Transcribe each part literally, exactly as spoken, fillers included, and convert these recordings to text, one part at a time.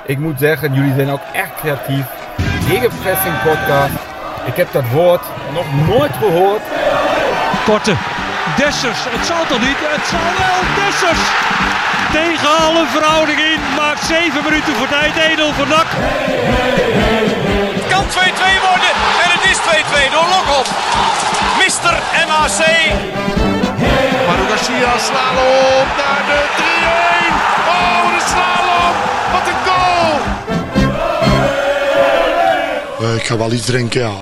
Ik moet zeggen, jullie zijn ook echt creatief. Gegenpressing podcast. Ik heb dat woord nog nooit gehoord. Korte. Dessers. Het zal toch niet? Het zal wel. Dessers. Tegen alle verhouding in. Maakt zeven minuten voor tijd. Edel voor N A C. Het kan twee-twee worden. En het is twee-twee door Lokhoff. mister M A C. Manu Garcia, slalom naar de drie-een. Oh, de slalom. Wat een goal. Uh, ik ga wel iets drinken, ja.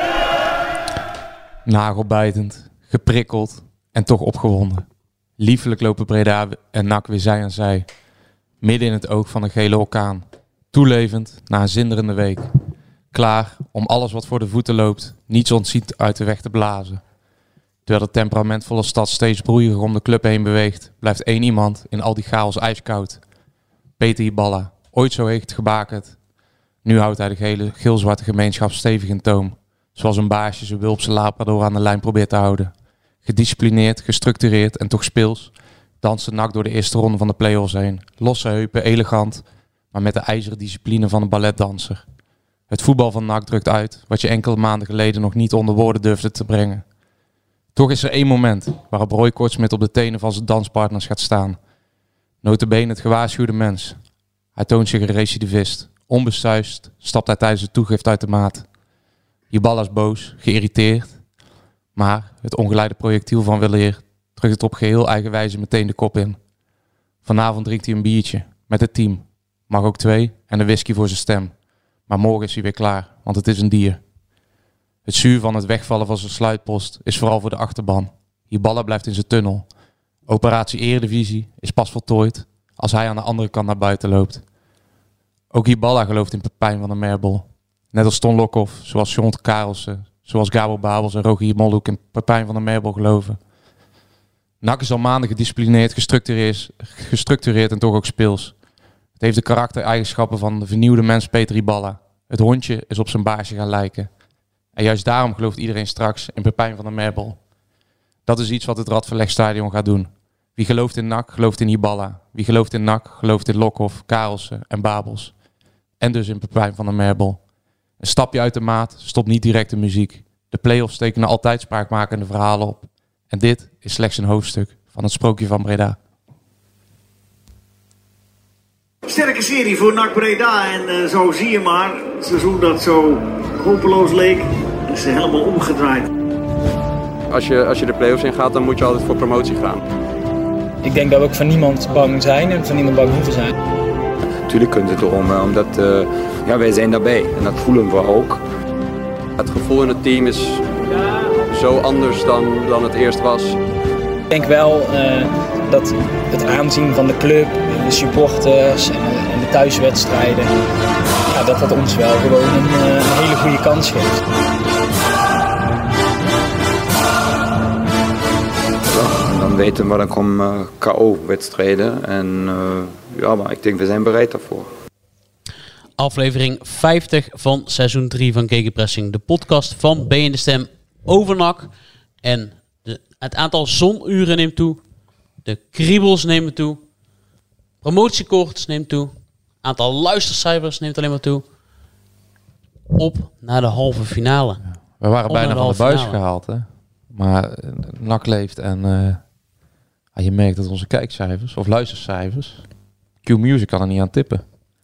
Nagelbijtend, geprikkeld en toch opgewonden. Liefelijk lopen Breda en N A C weer zij aan zij. Midden in het oog van een gele orkaan. Toelevend na een zinderende week. Klaar om alles wat voor de voeten loopt niets ontziet uit de weg te blazen. Terwijl de temperamentvolle stad steeds broeiger om de club heen beweegt, blijft één iemand in al die chaos ijskoud. Peter Hiballa, ooit zo hecht gebakerd. Nu houdt hij de gele, geel-zwarte gemeenschap stevig in toom. Zoals een baasje zijn Wulpse Labrador aan de lijn probeert te houden. Gedisciplineerd, gestructureerd en toch speels danst de N A C door de eerste ronde van de play-offs heen. Losse heupen, elegant, maar met de ijzeren discipline van een balletdanser. Het voetbal van N A C drukt uit wat je enkele maanden geleden nog niet onder woorden durfde te brengen. Toch is er één moment waarop Roy Kortsmit op de tenen van zijn danspartners gaat staan. Nota bene het gewaarschuwde mens. Hij toont zich een recidivist. Onbesuisd stapt hij tijdens de toegift uit de maat. Hiballa is boos, geïrriteerd. Maar het ongeleide projectiel van weleer drukt het op geheel eigen wijze meteen de kop in. Vanavond drinkt hij een biertje met het team. Mag ook twee en een whisky voor zijn stem. Maar morgen is hij weer klaar, want het is een dier. Het zuur van het wegvallen van zijn sluitpost is vooral voor de achterban. Hiballa blijft in zijn tunnel. Operatie Eredivisie is pas voltooid als hij aan de andere kant naar buiten loopt. Ook Hiballa gelooft in Pepijn van der Merbel. Net als Ton Lokhoff, zoals John Karelsen, zoals Gabor Babels en Rogier Molhoek in Pepijn van der Merbel geloven. N A C is al maanden gedisciplineerd, gestructureerd, gestructureerd en toch ook speels. Het heeft de karaktereigenschappen van de vernieuwde mens Peter Hiballa. Het hondje is op zijn baasje gaan lijken. En juist daarom gelooft iedereen straks in Pepijn van der Merbel. Dat is iets wat het Radverlegstadion gaat doen. Wie gelooft in N A C, gelooft in Hiballa. Wie gelooft in N A C, gelooft in Lokhoff, Karelsen en Babels. En dus in Pepijn van der Merbel. Een stapje uit de maat stopt niet direct de muziek. De play-offs tekenen altijd spraakmakende verhalen op. En dit is slechts een hoofdstuk van het sprookje van Breda. Sterke serie voor N A C Breda en uh, zo zie je maar, het seizoen dat zo hopeloos leek, is ze helemaal omgedraaid. Als je, als je de play-offs in gaat, dan moet je altijd voor promotie gaan. Ik denk dat we ook van niemand bang zijn en van niemand bang hoeven zijn. Natuurlijk kunt het erom, omdat uh, ja, wij zijn daarbij en dat voelen we ook. Het gevoel in het team is zo anders dan, dan het eerst was. Ik denk wel uh, dat het aanzien van de club, de supporters en de, en de thuiswedstrijden, ja, dat dat ons wel gewoon een, een hele goede kans geeft. Ja, dan weten we, dan komen uh, K O-wedstrijden en uh, ja, maar ik denk we zijn bereid daarvoor. Aflevering vijftig van seizoen drie van Gegenpressing. De podcast van B en de Stem over N A C. En de, het aantal zonuren neemt toe. De kriebels nemen toe. Promotiekoorts neemt toe. Aantal luistercijfers neemt alleen maar toe. Op naar de halve finale. Ja, we waren Op bijna de van de buis finale. gehaald. Hè? Maar N A C leeft en uh, ja, je merkt dat onze kijkcijfers of luistercijfers... Q-Music kan er niet aan tippen.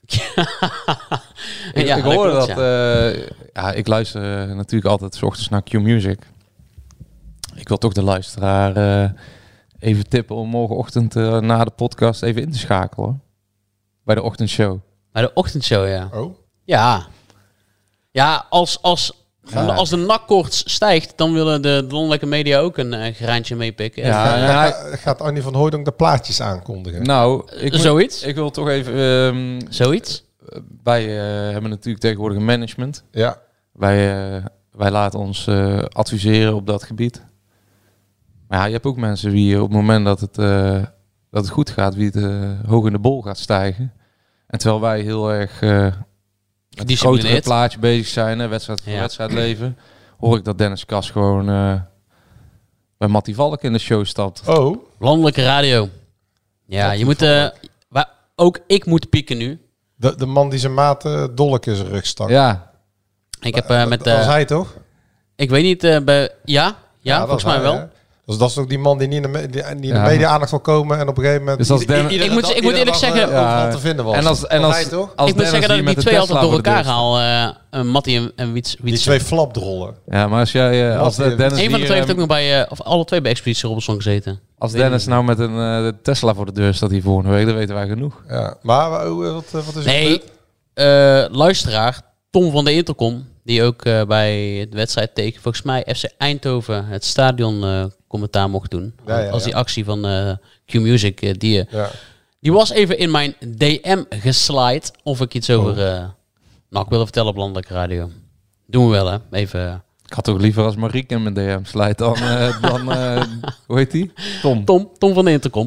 ik, ja, ik hoorde dat. dat ja. Uh, ja, ik luister uh, natuurlijk altijd 's ochtends naar Q-Music. Ik wil toch de luisteraar uh, even tippen om morgenochtend uh, na de podcast even in te schakelen. Hoor. Bij de ochtendshow. Bij de ochtendshow, ja. Oh. Ja. Ja, als, als, ja. als de N A C-koorts stijgt, dan willen de, de landelijke media ook een uh, gereintje meepikken. Ja, ja, ja, ja, gaat Arnie van Hooijdonk de plaatjes aankondigen? Nou, ik zoiets. Moet, ik wil toch even... Um, zoiets? Wij uh, hebben natuurlijk tegenwoordig een management. Ja. Wij, uh, wij laten ons uh, adviseren op dat gebied. Maar ja, je hebt ook mensen wie op het moment dat het, uh, dat het goed gaat, wie het uh, hoog in de bol gaat stijgen. En terwijl wij heel erg uh, met het grotere plaatje bezig zijn, hè, wedstrijd voor ja. wedstrijd leven, hoor ik dat Dennis Kas gewoon uh, bij Mattie Valk in de show stapt. Oh. Landelijke radio. Ja, Mattie je moet... Uh, waar, ook ik moet pieken nu. De, de man die zijn maat uh, dolk in zijn rug stak. Ja. Ik heb uh, met... Uh, dat was hij toch? Ik weet niet, uh, bij, ja, ja, ja volgens mij hij, wel. Hè? Dus dat is ook die man die niet in de, die, die in de ja. media-aandacht wil komen en op een gegeven moment... Dus als Den- ik moet, ik moet eerlijk zeggen... Ja, te vinden was. En als, en als, hij, toch? als ik moet zeggen dat ik die twee altijd door elkaar haal. Uh, uh, Mattie en, en Wiets, Wiets. Die twee flapdrollen. Ja, maar als jij... Uh, als Dennis Dennis Een van de twee hier, heeft ook nog bij... Uh, of alle twee bij Expeditie Robinson gezeten. Als Dennis nou met een uh, Tesla voor de deur staat hier volgende week, dan weten wij genoeg. Ja, maar uh, wat, wat is nee, het? Nee, uh, luisteraar, Tom van de Intercom... Die ook uh, bij de wedstrijd tegen, volgens mij, F C Eindhoven het stadion uh, commentaar mocht doen. Ja, ja, als die ja. actie van uh, Q-Music, uh, die, uh, ja. die was even in mijn D M geslide. Of ik iets over, uh, nou ik wilde vertellen op Landelijke Radio. Doen we wel hè, even. Uh, ik had ook liever als Marieke in mijn D M slide dan, uh, dan uh, hoe heet die? Tom. Tom, Tom van de Intercom.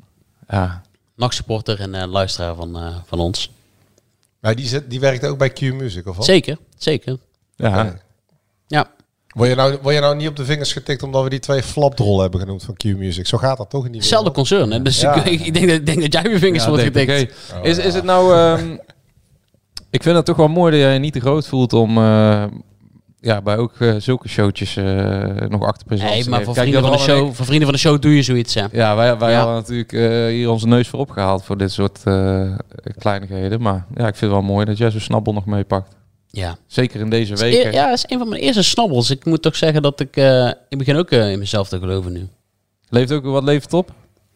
Ja. N A C-supporter en uh, luisteraar van, uh, van ons. Maar die, zit, die werkt ook bij Q-Music, of wat? Zeker, zeker. Ja. Okay. Ja. Word je, nou, word je nou niet op de vingers getikt omdat we die twee flapdrollen hebben genoemd van Q-Music? Zo gaat dat toch in die hetzelfde concern, hè? Dus ja. ik, ik, denk dat, ik denk dat jij je vingers ja, wordt getikt. Okay. Oh, is, is het nou... Um, ik vind het toch wel mooi dat jij je niet te groot voelt om... Uh, ja, bij ook uh, zulke showtjes uh, nog achter presentatie. Nee, maar voor, Kijk, vrienden van de show, ik... voor vrienden van de show doe je zoiets, hè? Ja, wij, wij ja. hadden natuurlijk uh, hier onze neus voor opgehaald voor dit soort uh, kleinigheden. Maar ja, ik vind het wel mooi dat jij zo'n snabbel nog meepakt. Ja. Zeker in deze weken. Eer, ja, dat is een van mijn eerste snabbels. Ik moet toch zeggen dat ik... Uh, ik begin ook uh, in mezelf te geloven nu. Leeft ook wat leeft op?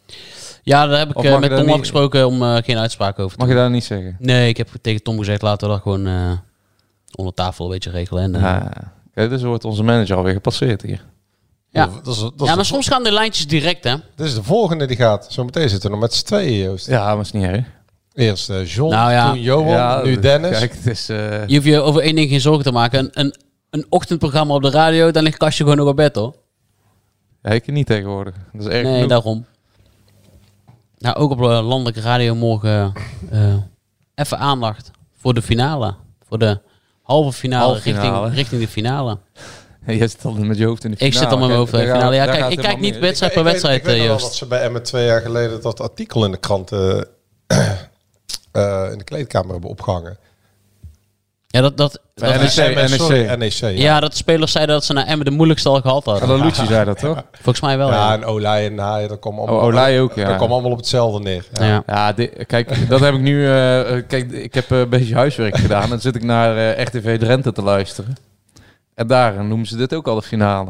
Ja, daar heb ik uh, met Tom niet... afgesproken om uh, geen uitspraak over te Mag doen. Je daar niet zeggen? Nee, ik heb tegen Tom gezegd, laten we dat gewoon uh, onder tafel een beetje regelen. En, uh, ja. Kijk, dus wordt onze manager alweer gepasseerd hier. Ja, dat is, dat is ja maar soms gaan de lijntjes direct, hè? Dit is de volgende die gaat. Zometeen zitten we nog met z'n tweeën, Joost. Ja, maar is niet erg. Eerst uh, John, nou ja. toen Johan, ja, nu Dennis. Kijk, het is, uh... Je hoeft je over één ding geen zorgen te maken. Een, een, een ochtendprogramma op de radio, dan ligt Kastje gewoon nog op bed, hoor. Ja, ik niet tegenwoordig. Dat is erg nee, genoeg. daarom. Nou, ook op de landelijke radio morgen uh, even aandacht voor de finale. Voor de halve finale, halve finale. Richting, richting de finale. Hey, jij zit al met je hoofd in de finale. Ik zit al met mijn hoofd in de finale. Ja, kijk, ik kijk niet wedstrijd per wedstrijd. Ik weet, ik weet wel dat ze bij Emmen twee jaar geleden dat artikel in de krant uh, uh, in de kleedkamer hebben opgehangen. Ja, dat... dat, dat N E C, N E C. N E C, ja. ja, dat de spelers zeiden dat ze naar Emmen de moeilijkste al gehad hadden. Ja, Lucci zei dat, toch? Volgens mij wel, ja. Ja, en Olij en Haaien, dat kwam allemaal, oh, Olij ook, ja. Dat kwam allemaal op hetzelfde neer. Ja, ja. ja dit, kijk, dat heb ik nu... Uh, kijk, ik heb uh, een beetje huiswerk gedaan. Dan zit ik naar uh, R T V Drenthe te luisteren. En daar noemen ze dit ook al de finale.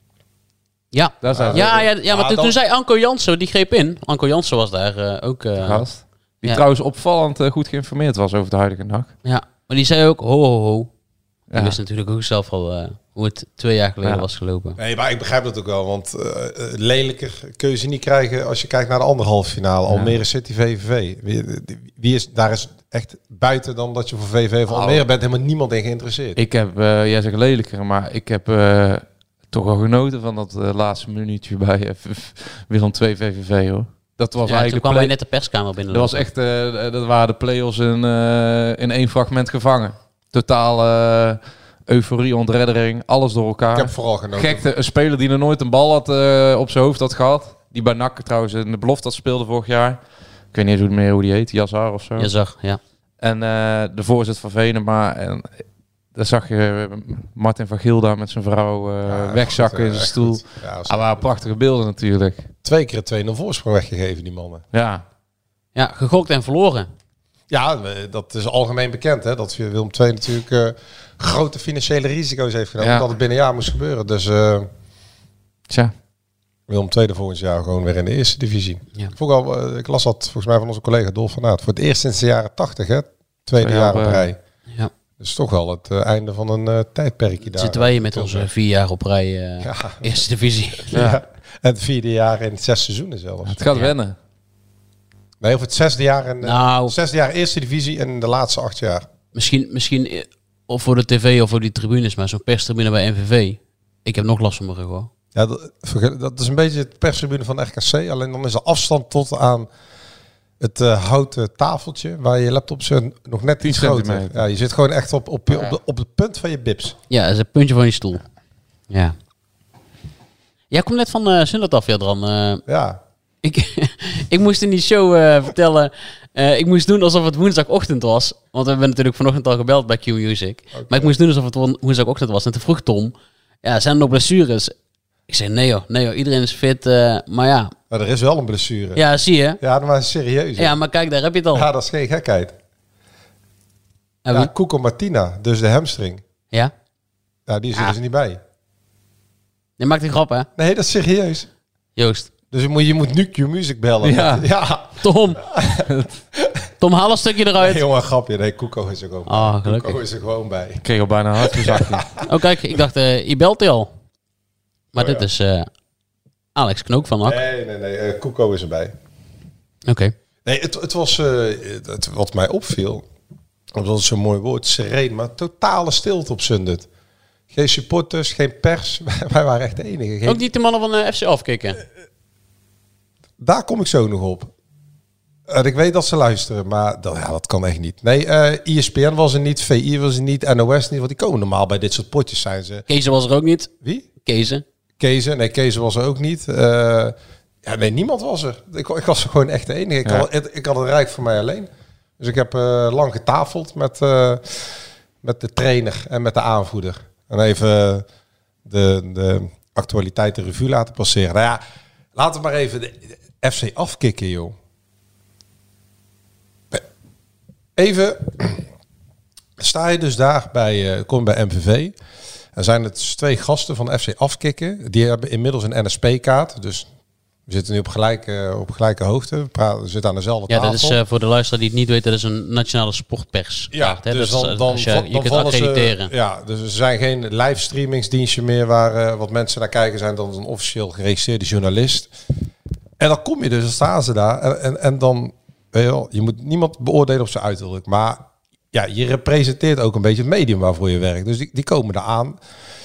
Ja, daar zijn uh, ja, ja, ja, maar ah, toen, toen zei Anko Jansen, die greep in. Anko Jansen was daar uh, ook... Uh, gast. Die ja. trouwens opvallend uh, goed geïnformeerd was over de huidige dag. Ja, maar die zei ook ho ho ho. Die ja. wist natuurlijk ook zelf al uh, hoe het twee jaar geleden ja. was gelopen. Nee, maar ik begrijp dat ook wel. Want uh, lelijker kun je ze niet krijgen als je kijkt naar de anderhalve finale. Ja. Almere City V V V. Wie, wie is, daar is echt buiten dan dat je voor V V V of oh. Almere bent helemaal niemand in geïnteresseerd. Ik heb, uh, jij zegt lelijker, maar ik heb uh, toch wel genoten van dat uh, laatste minuutje bij uh, Willem twee V V V, hoor. Dat was ja, eigenlijk toen kwam wij net de perskamer binnen. Dat was echt, uh, dat waren de play-offs in, uh, in één fragment gevangen. Totaal uh, euforie, ontreddering, alles door elkaar. Ik heb vooral genoten. Gekte, een speler die nog nooit een bal had uh, op zijn hoofd had gehad. Die bij N A C trouwens in de belofte speelde vorig jaar. Ik weet niet eens meer hoe die heet, Yazar of zo. Yazar, ja. En uh, de voorzet van Venema. En daar zag je Martin van Gilda met zijn vrouw uh, ja, wegzakken goed, in zijn stoel. Ja, ah, waren prachtige beelden natuurlijk. Twee keer twee nul voorsprong weggegeven, die mannen. Ja. Ja, gegokt en verloren. Ja, dat is algemeen bekend, hè, dat Willem twee natuurlijk uh, grote financiële risico's heeft genomen. Ja. Dat het binnen een jaar moest gebeuren. Dus uh, Tja. Willem twee de volgend jaar gewoon weer in de eerste divisie. Ja. Ik, al, uh, ik las dat volgens mij van onze collega Dolf van Aert. Voor het eerst sinds de jaren tachtig, hè? Tweede Twee jaar op rij. Ja. Dus toch wel het uh, einde van een uh, tijdperkje daar. Zitten wij hier met onze vier jaar op rij uh, ja. eerste divisie. Ja. Ja. En het vierde jaar in zes seizoenen zelfs. Het gaat ja. wennen. Nee, of het zesde jaar in nou, uh, zesde jaar eerste divisie en de laatste acht jaar. Misschien, misschien of voor de tv of voor die tribunes, maar zo'n perstribune bij M V V. Ik heb nog last van mijn rug, hoor. Ja, dat, dat is een beetje het perstribune van R K C. Alleen dan is er afstand tot aan het uh, houten tafeltje waar je laptop zit nog net iets groter. Ja, je zit gewoon echt op, op, op, op, op het punt van je bips. Ja, dat is het puntje van je stoel. Ja. Jij komt net van uh, Zundert af, Jadran. Uh, ja. Ik, ik moest in die show uh, vertellen Uh, ik moest doen alsof het woensdagochtend was. Want we hebben natuurlijk vanochtend al gebeld bij Q-Music. Okay. Maar ik moest doen alsof het woensdagochtend was. En toen vroeg Tom, ja, zijn er nog blessures? Ik zei, nee joh, nee joh, iedereen is fit. Uh, maar ja. Maar er is wel een blessure. Ja, zie je. Ja, maar serieus. Hè? Ja, maar kijk, daar heb je het al. Ja, dat is geen gekheid. En ja, Cuco Martina, dus de hamstring. Ja? Ja, die is er ja. dus niet bij. Je maakt een grap, hè? Nee, dat is serieus. Joost. Dus je moet, je moet nu Q-Music bellen. Ja. ja. Tom. Tom, haal een stukje eruit. Nee, jongen, grapje. Nee, Cuco is er gewoon bij. Oh, gelukkig. Cuco is er gewoon bij. Ik kreeg al bijna een hartverzakking. Oh, kijk, ik dacht, uh, je belt hij al. Maar oh, dit ja. is uh, Alex Knook van N A C. Nee, nee, nee. Uh, Cuco is erbij. Oké. Okay. Nee, het, het was... Uh, het, wat mij opviel... Dat was zo'n mooi woord. Sereen, maar totale stilte op Zundert. Geen supporters, geen pers. Wij waren echt de enige. Geen... Ook niet de mannen van de F C afkicken? Uh, daar kom ik zo nog op. En ik weet dat ze luisteren, maar dat, ja, dat kan echt niet. Nee, uh, I S P N was er niet, V I was er niet, N O S niet. Want die komen normaal bij dit soort potjes zijn ze. Kees was er ook niet. Wie? Kees. Kees, nee, Kees was er ook niet. Uh, ja, nee, niemand was er. Ik, ik was er gewoon echt de enige. Ik, ja. had, het, ik had het rijk voor mij alleen. Dus ik heb uh, lang getafeld met, uh, met de trainer en met de aanvoerder. En even uh, de, de actualiteit de revue laten passeren. Nou ja, laten we maar even de, de F C afkicken, joh. Even, sta je dus daar bij, uh, kom bij M V V. Er zijn het dus twee gasten van F C afkicken. Die hebben inmiddels een N S P-kaart. Dus we zitten nu op gelijke, op gelijke hoogte. We, praten, we zitten aan dezelfde ja, tafel. Ja, dat is uh, voor de luisteraar die het niet weet, dat is een nationale sportpers. Ja, hè? dus dat dan, is, dan, als je, dan, je dan kunt vallen accrediteren. Ze, ja, dus er zijn geen livestreamingsdienstje meer waar uh, wat mensen naar kijken zijn dan een officieel geregistreerde journalist. En dan kom je dus, dan staan ze daar. En, en, en dan, weet je wel, je moet niemand beoordelen op zijn uiterlijk. Maar ja, je representeert ook een beetje het medium waarvoor je werkt. Dus die, die komen daar aan.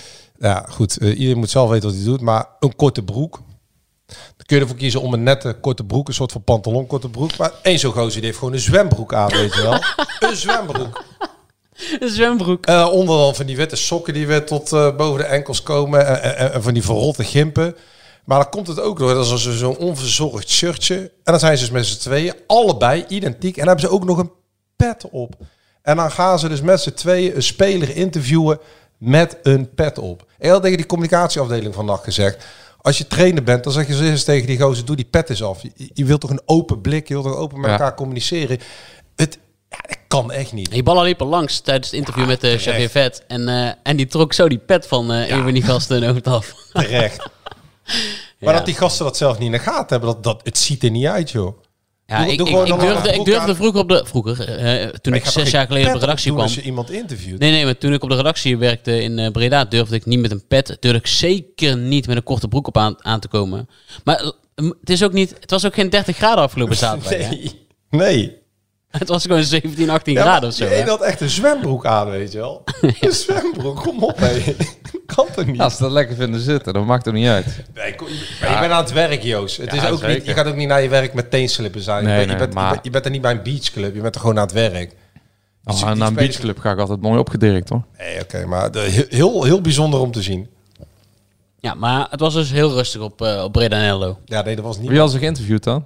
Ja, goed, uh, iedereen moet zelf weten wat hij doet. Maar een korte broek. Dan kun je ervoor kiezen om een nette korte broek, een soort van pantalon korte broek. Maar één zo'n gozer die heeft gewoon een zwembroek aan, weet je wel. Een zwembroek. Een zwembroek. Uh, onder dan van die witte sokken die weer tot uh, boven de enkels komen. En, en, en van die verrotte gimpen. Maar dan komt het ook door. Dat is zo'n onverzorgd shirtje. En dan zijn ze dus met z'n tweeën, allebei identiek. En dan hebben ze ook nog een pet op. En dan gaan ze dus met z'n tweeën een speler interviewen met een pet op. En heel tegen die communicatieafdeling van N A C gezegd. Als je trainer bent, dan zeg je zo eens tegen die gozer, doe die pet eens af. Je, je wilt toch een open blik, je wilt toch open met ja. elkaar communiceren. Het, ja, dat kan echt niet. Die ballen liepen langs tijdens het interview ja, met uh, Xavier Vet. En, uh, en die trok zo die pet van uh, ja. een van die gasten over het af. Terecht. Maar ja. dat die gasten dat zelf niet in de gaten hebben, dat, dat, het ziet er niet uit, joh. Ja, doe, ik, doe ik, ik, durfde, ik durfde vroeger op de... Vroeger, uh, toen ik zes jaar geleden op de redactie kwam... als je iemand interviewt. Nee, nee, maar toen ik op de redactie werkte in uh, Breda... durfde ik niet met een pet... durfde ik zeker niet met een korte broek op aan, aan te komen. Maar uh, het, is ook niet, het was ook geen dertig graden afgelopen zaterdag. Nee, hè? nee. Het was gewoon zeventien, achttien ja, graden of zo. Je had echt een zwembroek aan, weet je wel. ja. Een zwembroek, kom op, hé. Kan toch niet? Als ze dat lekker vinden zitten, dan maakt het niet uit. Nee, kom, maar ja. je bent aan het werk, Joost. Het ja, is ook niet, je gaat ook niet naar je werk met teenslippen zijn. Nee, je, bent, nee, je, bent, maar... je, bent, je bent er niet bij een beachclub, je bent er gewoon aan het werk. Oh, dus, naar een beachclub ga ik altijd mooi opgedirkt, hoor. Nee, oké, okay, maar de, heel, heel bijzonder om te zien. Ja, maar het was dus heel rustig op, uh, op Breda en Hello. Ja, nee, dat was niet... Wie had zich geïnterviewd dan?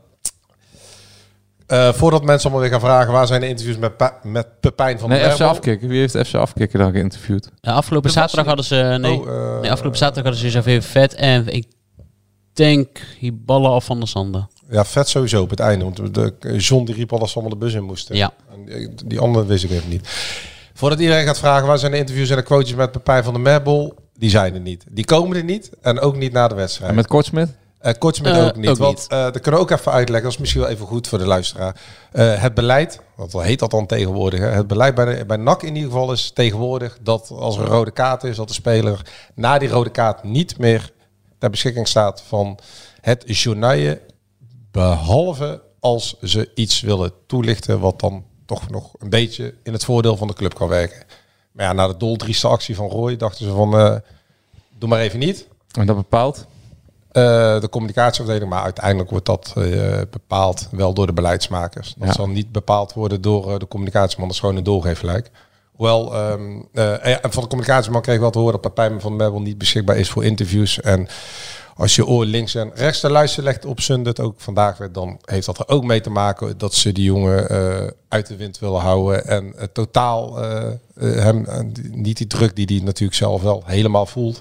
Uh, voordat mensen allemaal weer gaan vragen, waar zijn de interviews met, pa- met Pepijn van nee, der Merwel? F C Afkikken. Wie heeft F C Afkikken dan geïnterviewd? Ja, afgelopen dat zaterdag hadden ze... Nee, oh, uh, nee, afgelopen zaterdag hadden ze Xavier Vet en ik denk Hiballa of Van der Sande. Ja, Vet sowieso op het einde. Want de, John die riep al dat ze allemaal de bus in moesten. Ja. En die, die andere wist ik even niet. Voordat iedereen gaat vragen, waar zijn de interviews en de quotes met Pepijn van der Merwel? Die zijn er niet. Die komen er niet en ook niet na de wedstrijd. En met Kortsmit? Uh, Kortsmit uh, ook niet. Ook want niet. Uh, dat kunnen we ook even uitleggen. Dat is misschien wel even goed voor de luisteraar. Uh, het beleid, wat heet dat dan tegenwoordig? Hè? Het beleid bij, de, bij N A C in ieder geval is tegenwoordig dat als er een rode kaart is, dat de speler na die rode kaart niet meer ter beschikking staat van het journaille, behalve als ze iets willen toelichten wat dan toch nog een beetje in het voordeel van de club kan werken. Maar ja, na de doldrieste actie van Roy dachten ze van, uh, doe maar even niet. En dat bepaalt? Uh, de communicatieafdeling, maar uiteindelijk wordt dat uh, bepaald wel door de beleidsmakers. Dat ja. zal niet bepaald worden door uh, de communicatieman, dat is gewoon een doorgeefluik. Hoewel, um, uh, en van de communicatieman kreeg ik wel te horen dat Pepijn van der Merwel niet beschikbaar is voor interviews. En als je oor links en rechts te luisteren legt op Sun, dat ook vandaag werd, dan heeft dat er ook mee te maken dat ze die jongen uh, uit de wind willen houden. En uh, totaal uh, uh, hem, uh, niet die druk die hij natuurlijk zelf wel helemaal voelt,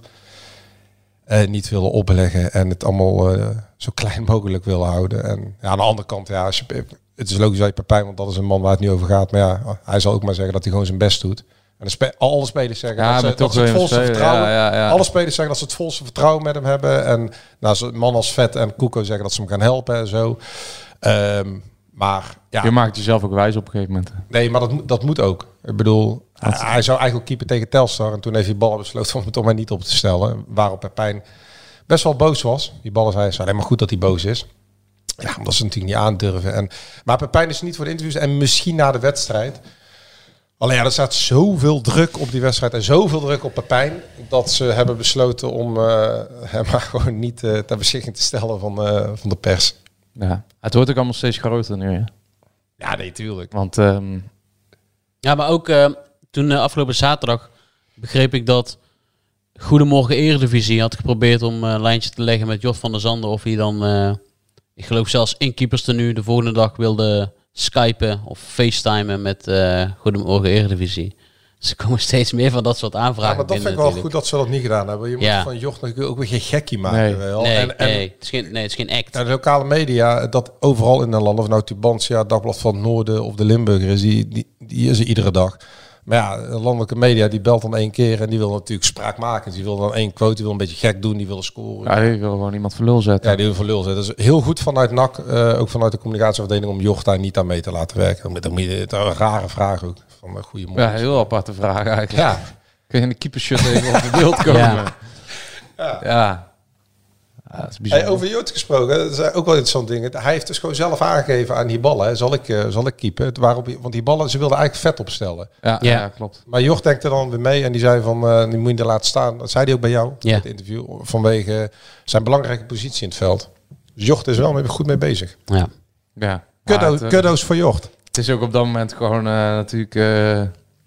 uh, niet willen opleggen en het allemaal uh, zo klein mogelijk willen houden. En ja, aan de andere kant, ja, als je, het is logisch dat je Pepijn, want dat is een man waar het nu over gaat. Maar ja, hij zal ook maar zeggen dat hij gewoon zijn best doet. En de spe- alle spelers zeggen ja, dat, ze, dat ze het volste spelen. vertrouwen. Ja, ja, ja. Alle spelers zeggen dat ze het volste vertrouwen met hem hebben. En nou, zo'n man als Vet en Koeko zeggen dat ze hem gaan helpen en zo. Um, maar ja, je maakt jezelf ook wijs op een gegeven moment. Nee, maar dat, dat moet ook. Ik bedoel, hij, hij zou eigenlijk keeper tegen Telstar. En toen heeft hij ballen besloten om hem toch maar niet op te stellen. Waarop Pepijn best wel boos was. Die ballen zei, het is alleen maar goed dat hij boos is. Ja, omdat ze natuurlijk niet aandurven. En, maar Pepijn is niet voor de interviews en misschien na de wedstrijd. Alleen ja, er staat zoveel druk op die wedstrijd en zoveel druk op Pepijn dat ze hebben besloten om uh, hem maar gewoon niet uh, ter beschikking te stellen van, uh, van de pers. Ja, het wordt ook allemaal steeds groter nu. Hè? Ja, nee, tuurlijk. Want um... ja, maar ook uh, toen uh, afgelopen zaterdag begreep ik dat Goedemorgen Eredivisie had geprobeerd om uh, een lijntje te leggen met Jos van der Zanden of hij dan, uh, ik geloof zelfs in keeperstenu de volgende dag wilde skypen of facetimen met uh, Goedemorgen Eredivisie. Dus er komen steeds meer van dat soort aanvragen. Ja, maar dat vind ik wel natuurlijk. Goed dat ze dat niet gedaan hebben. Je moet ja. van Jocht natuurlijk ook weer geen gekkie maken. Nee, wel. nee, en, en, nee, het is geen, nee, het is geen act. De lokale media, dat overal in de land, of nou Tubantia, Dagblad van het Noorden of de Limburger is, die, die, die is er iedere dag. Maar ja, de landelijke media die belt dan één keer en die wil natuurlijk spraak maken. Die wil dan één quote, die wil een beetje gek doen, die wil scoren. Ja, die wil gewoon iemand voor lul zetten. Ja, die wil voor lul zetten. Dat is heel goed vanuit N A C, uh, ook vanuit de communicatieafdeling, om Jocht daar niet aan mee te laten werken. Met een, een rare vraag ook. Van een goede ja, heel aparte vraag eigenlijk. Ja. Kun je in de keepershirt even op de beeld komen? Ja. Ja. ja. Ja, hey, over Jood gesproken, dat is ook wel interessant ding. Hij heeft dus gewoon zelf aangegeven aan die ballen. Hè. Zal ik, uh, zal ik keepen? Waarop, want die ballen, ze wilden eigenlijk vet opstellen. Ja, ja. ja klopt. Maar Jocht denkt er dan weer mee en die zei van, uh, die moet je er laten staan. Dat zei hij ook bij jou ja. in het interview. Vanwege zijn belangrijke positie in het veld. Dus Jocht is wel mee, goed mee bezig. Ja. ja. Kuddo, het, uh, kuddo's voor Jocht. Het is ook op dat moment gewoon uh, natuurlijk uh,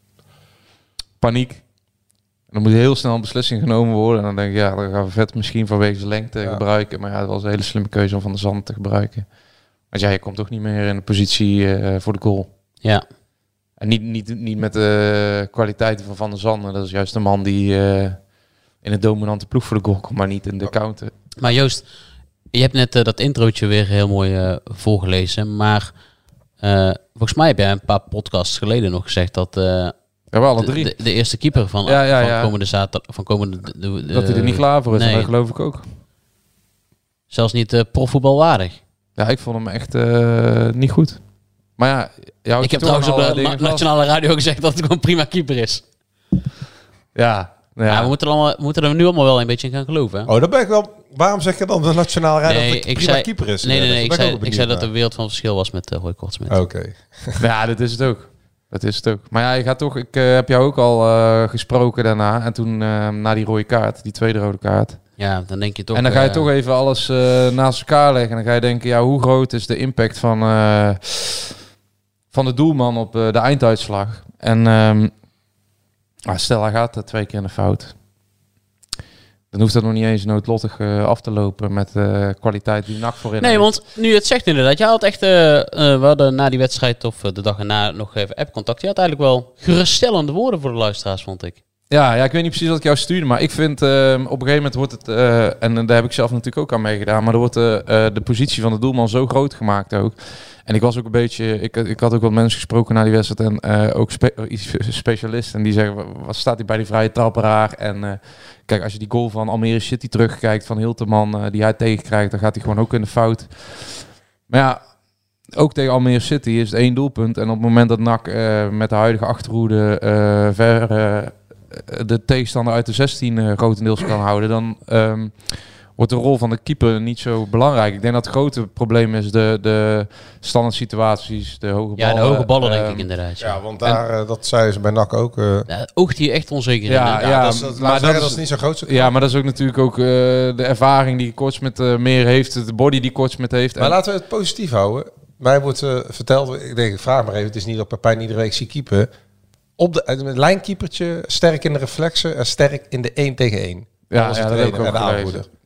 paniek. En dan moet heel snel een beslissing genomen worden. En dan denk ik, ja, dan gaan we vet misschien vanwege zijn lengte ja. gebruiken. Maar ja, het was een hele slimme keuze om Van der Zanden te gebruiken. Want ja, je komt toch niet meer in de positie uh, voor de goal. Ja. En niet, niet, niet met de kwaliteiten van Van der Zanden. Dat is juist de man die uh, in het dominante ploeg voor de goal komt, maar niet in de counter. Maar Joost, je hebt net uh, dat introotje weer heel mooi uh, voorgelezen. Maar uh, volgens mij heb jij een paar podcasts geleden nog gezegd dat... Uh, Ja, we alle drie. De, de, de eerste keeper van, ja, ja, van ja. komende zaterdag. Van komende, de, de, dat hij er niet klaar voor is, nee. Dat geloof ik ook. Zelfs niet uh, profvoetbalwaardig. Ja, ik vond hem echt uh, niet goed. Maar ja, jou ik heb trouwens op de na- nationale radio gezegd dat het gewoon prima keeper is. Ja. Ja. ja we, moeten allemaal, we moeten er nu allemaal wel een beetje in gaan geloven. Hè? Oh, dan ben ik wel. Waarom zeg je dan de nationale radio nee, dat het ik prima zei, keeper is? Nee, nee, nee. nee ik zei, ik zei dat er een wereld van verschil was met uh, Roy Kortsmit. Oké. Okay. Ja, dat is het ook. Dat is het ook. Maar ja, je gaat toch. Ik uh, heb jou ook al uh, gesproken daarna. En toen uh, na die rode kaart, die tweede rode kaart. Ja, dan denk je toch. En dan ga je uh, toch even alles uh, naast elkaar leggen. En dan ga je denken, ja, hoe groot is de impact van, uh, van de doelman op uh, de einduitslag? En um, ah, stel, hij gaat er twee keer in de fout. Dan hoeft dat nog niet eens noodlottig uh, af te lopen met de uh, kwaliteit die N A C voorin Nee, heeft. want nu het zegt inderdaad, jij had echt, uh, uh, we hadden na die wedstrijd of uh, de dag erna nog even app-contact. Je had eigenlijk wel geruststellende woorden voor de luisteraars, vond ik. Ja, ja, ik weet niet precies wat ik jou stuurde, maar ik vind uh, op een gegeven moment wordt het, uh, en daar heb ik zelf natuurlijk ook aan meegedaan, maar er wordt uh, uh, de positie van de doelman zo groot gemaakt ook. En ik was ook een beetje, ik, ik had ook wat mensen gesproken na die wedstrijd en uh, ook spe, specialisten en die zeggen, wat staat hij bij die vrije trap raar? En uh, kijk, als je die goal van Almere City terugkijkt van Hilterman, uh, die hij tegenkrijgt, dan gaat hij gewoon ook in de fout. Maar ja, ook tegen Almere City is het één doelpunt en op het moment dat N A C uh, met de huidige achterhoede uh, ver... Uh, de tegenstander uit de zestien uh, grotendeels kan houden, dan um, wordt de rol van de keeper niet zo belangrijk. Ik denk dat het grote probleem is de, de standaard situaties, de hoge ballen. Ja, de hoge ballen uh, denk ik inderdaad. Ja, ja want daar, en, uh, dat zeiden ze bij N A C ook. Uh, ja, oogt hij echt onzeker ja, in. Ja, ja, dat is, dat, maar dat, is, dat is niet zo groot. Ja, maar dat is ook natuurlijk ook uh, de ervaring die Kortsmit uh, meer heeft, de body die Kortsmit heeft. Maar en laten we het positief houden. Mij wordt uh, verteld, ik denk, ik vraag maar even, het is niet dat Pepijn iedere week zie keeper. Op de het lijnkeepertje, sterk in de reflexen en sterk in de één tegen één. Ja, ja, dat heb ik ook gelezen.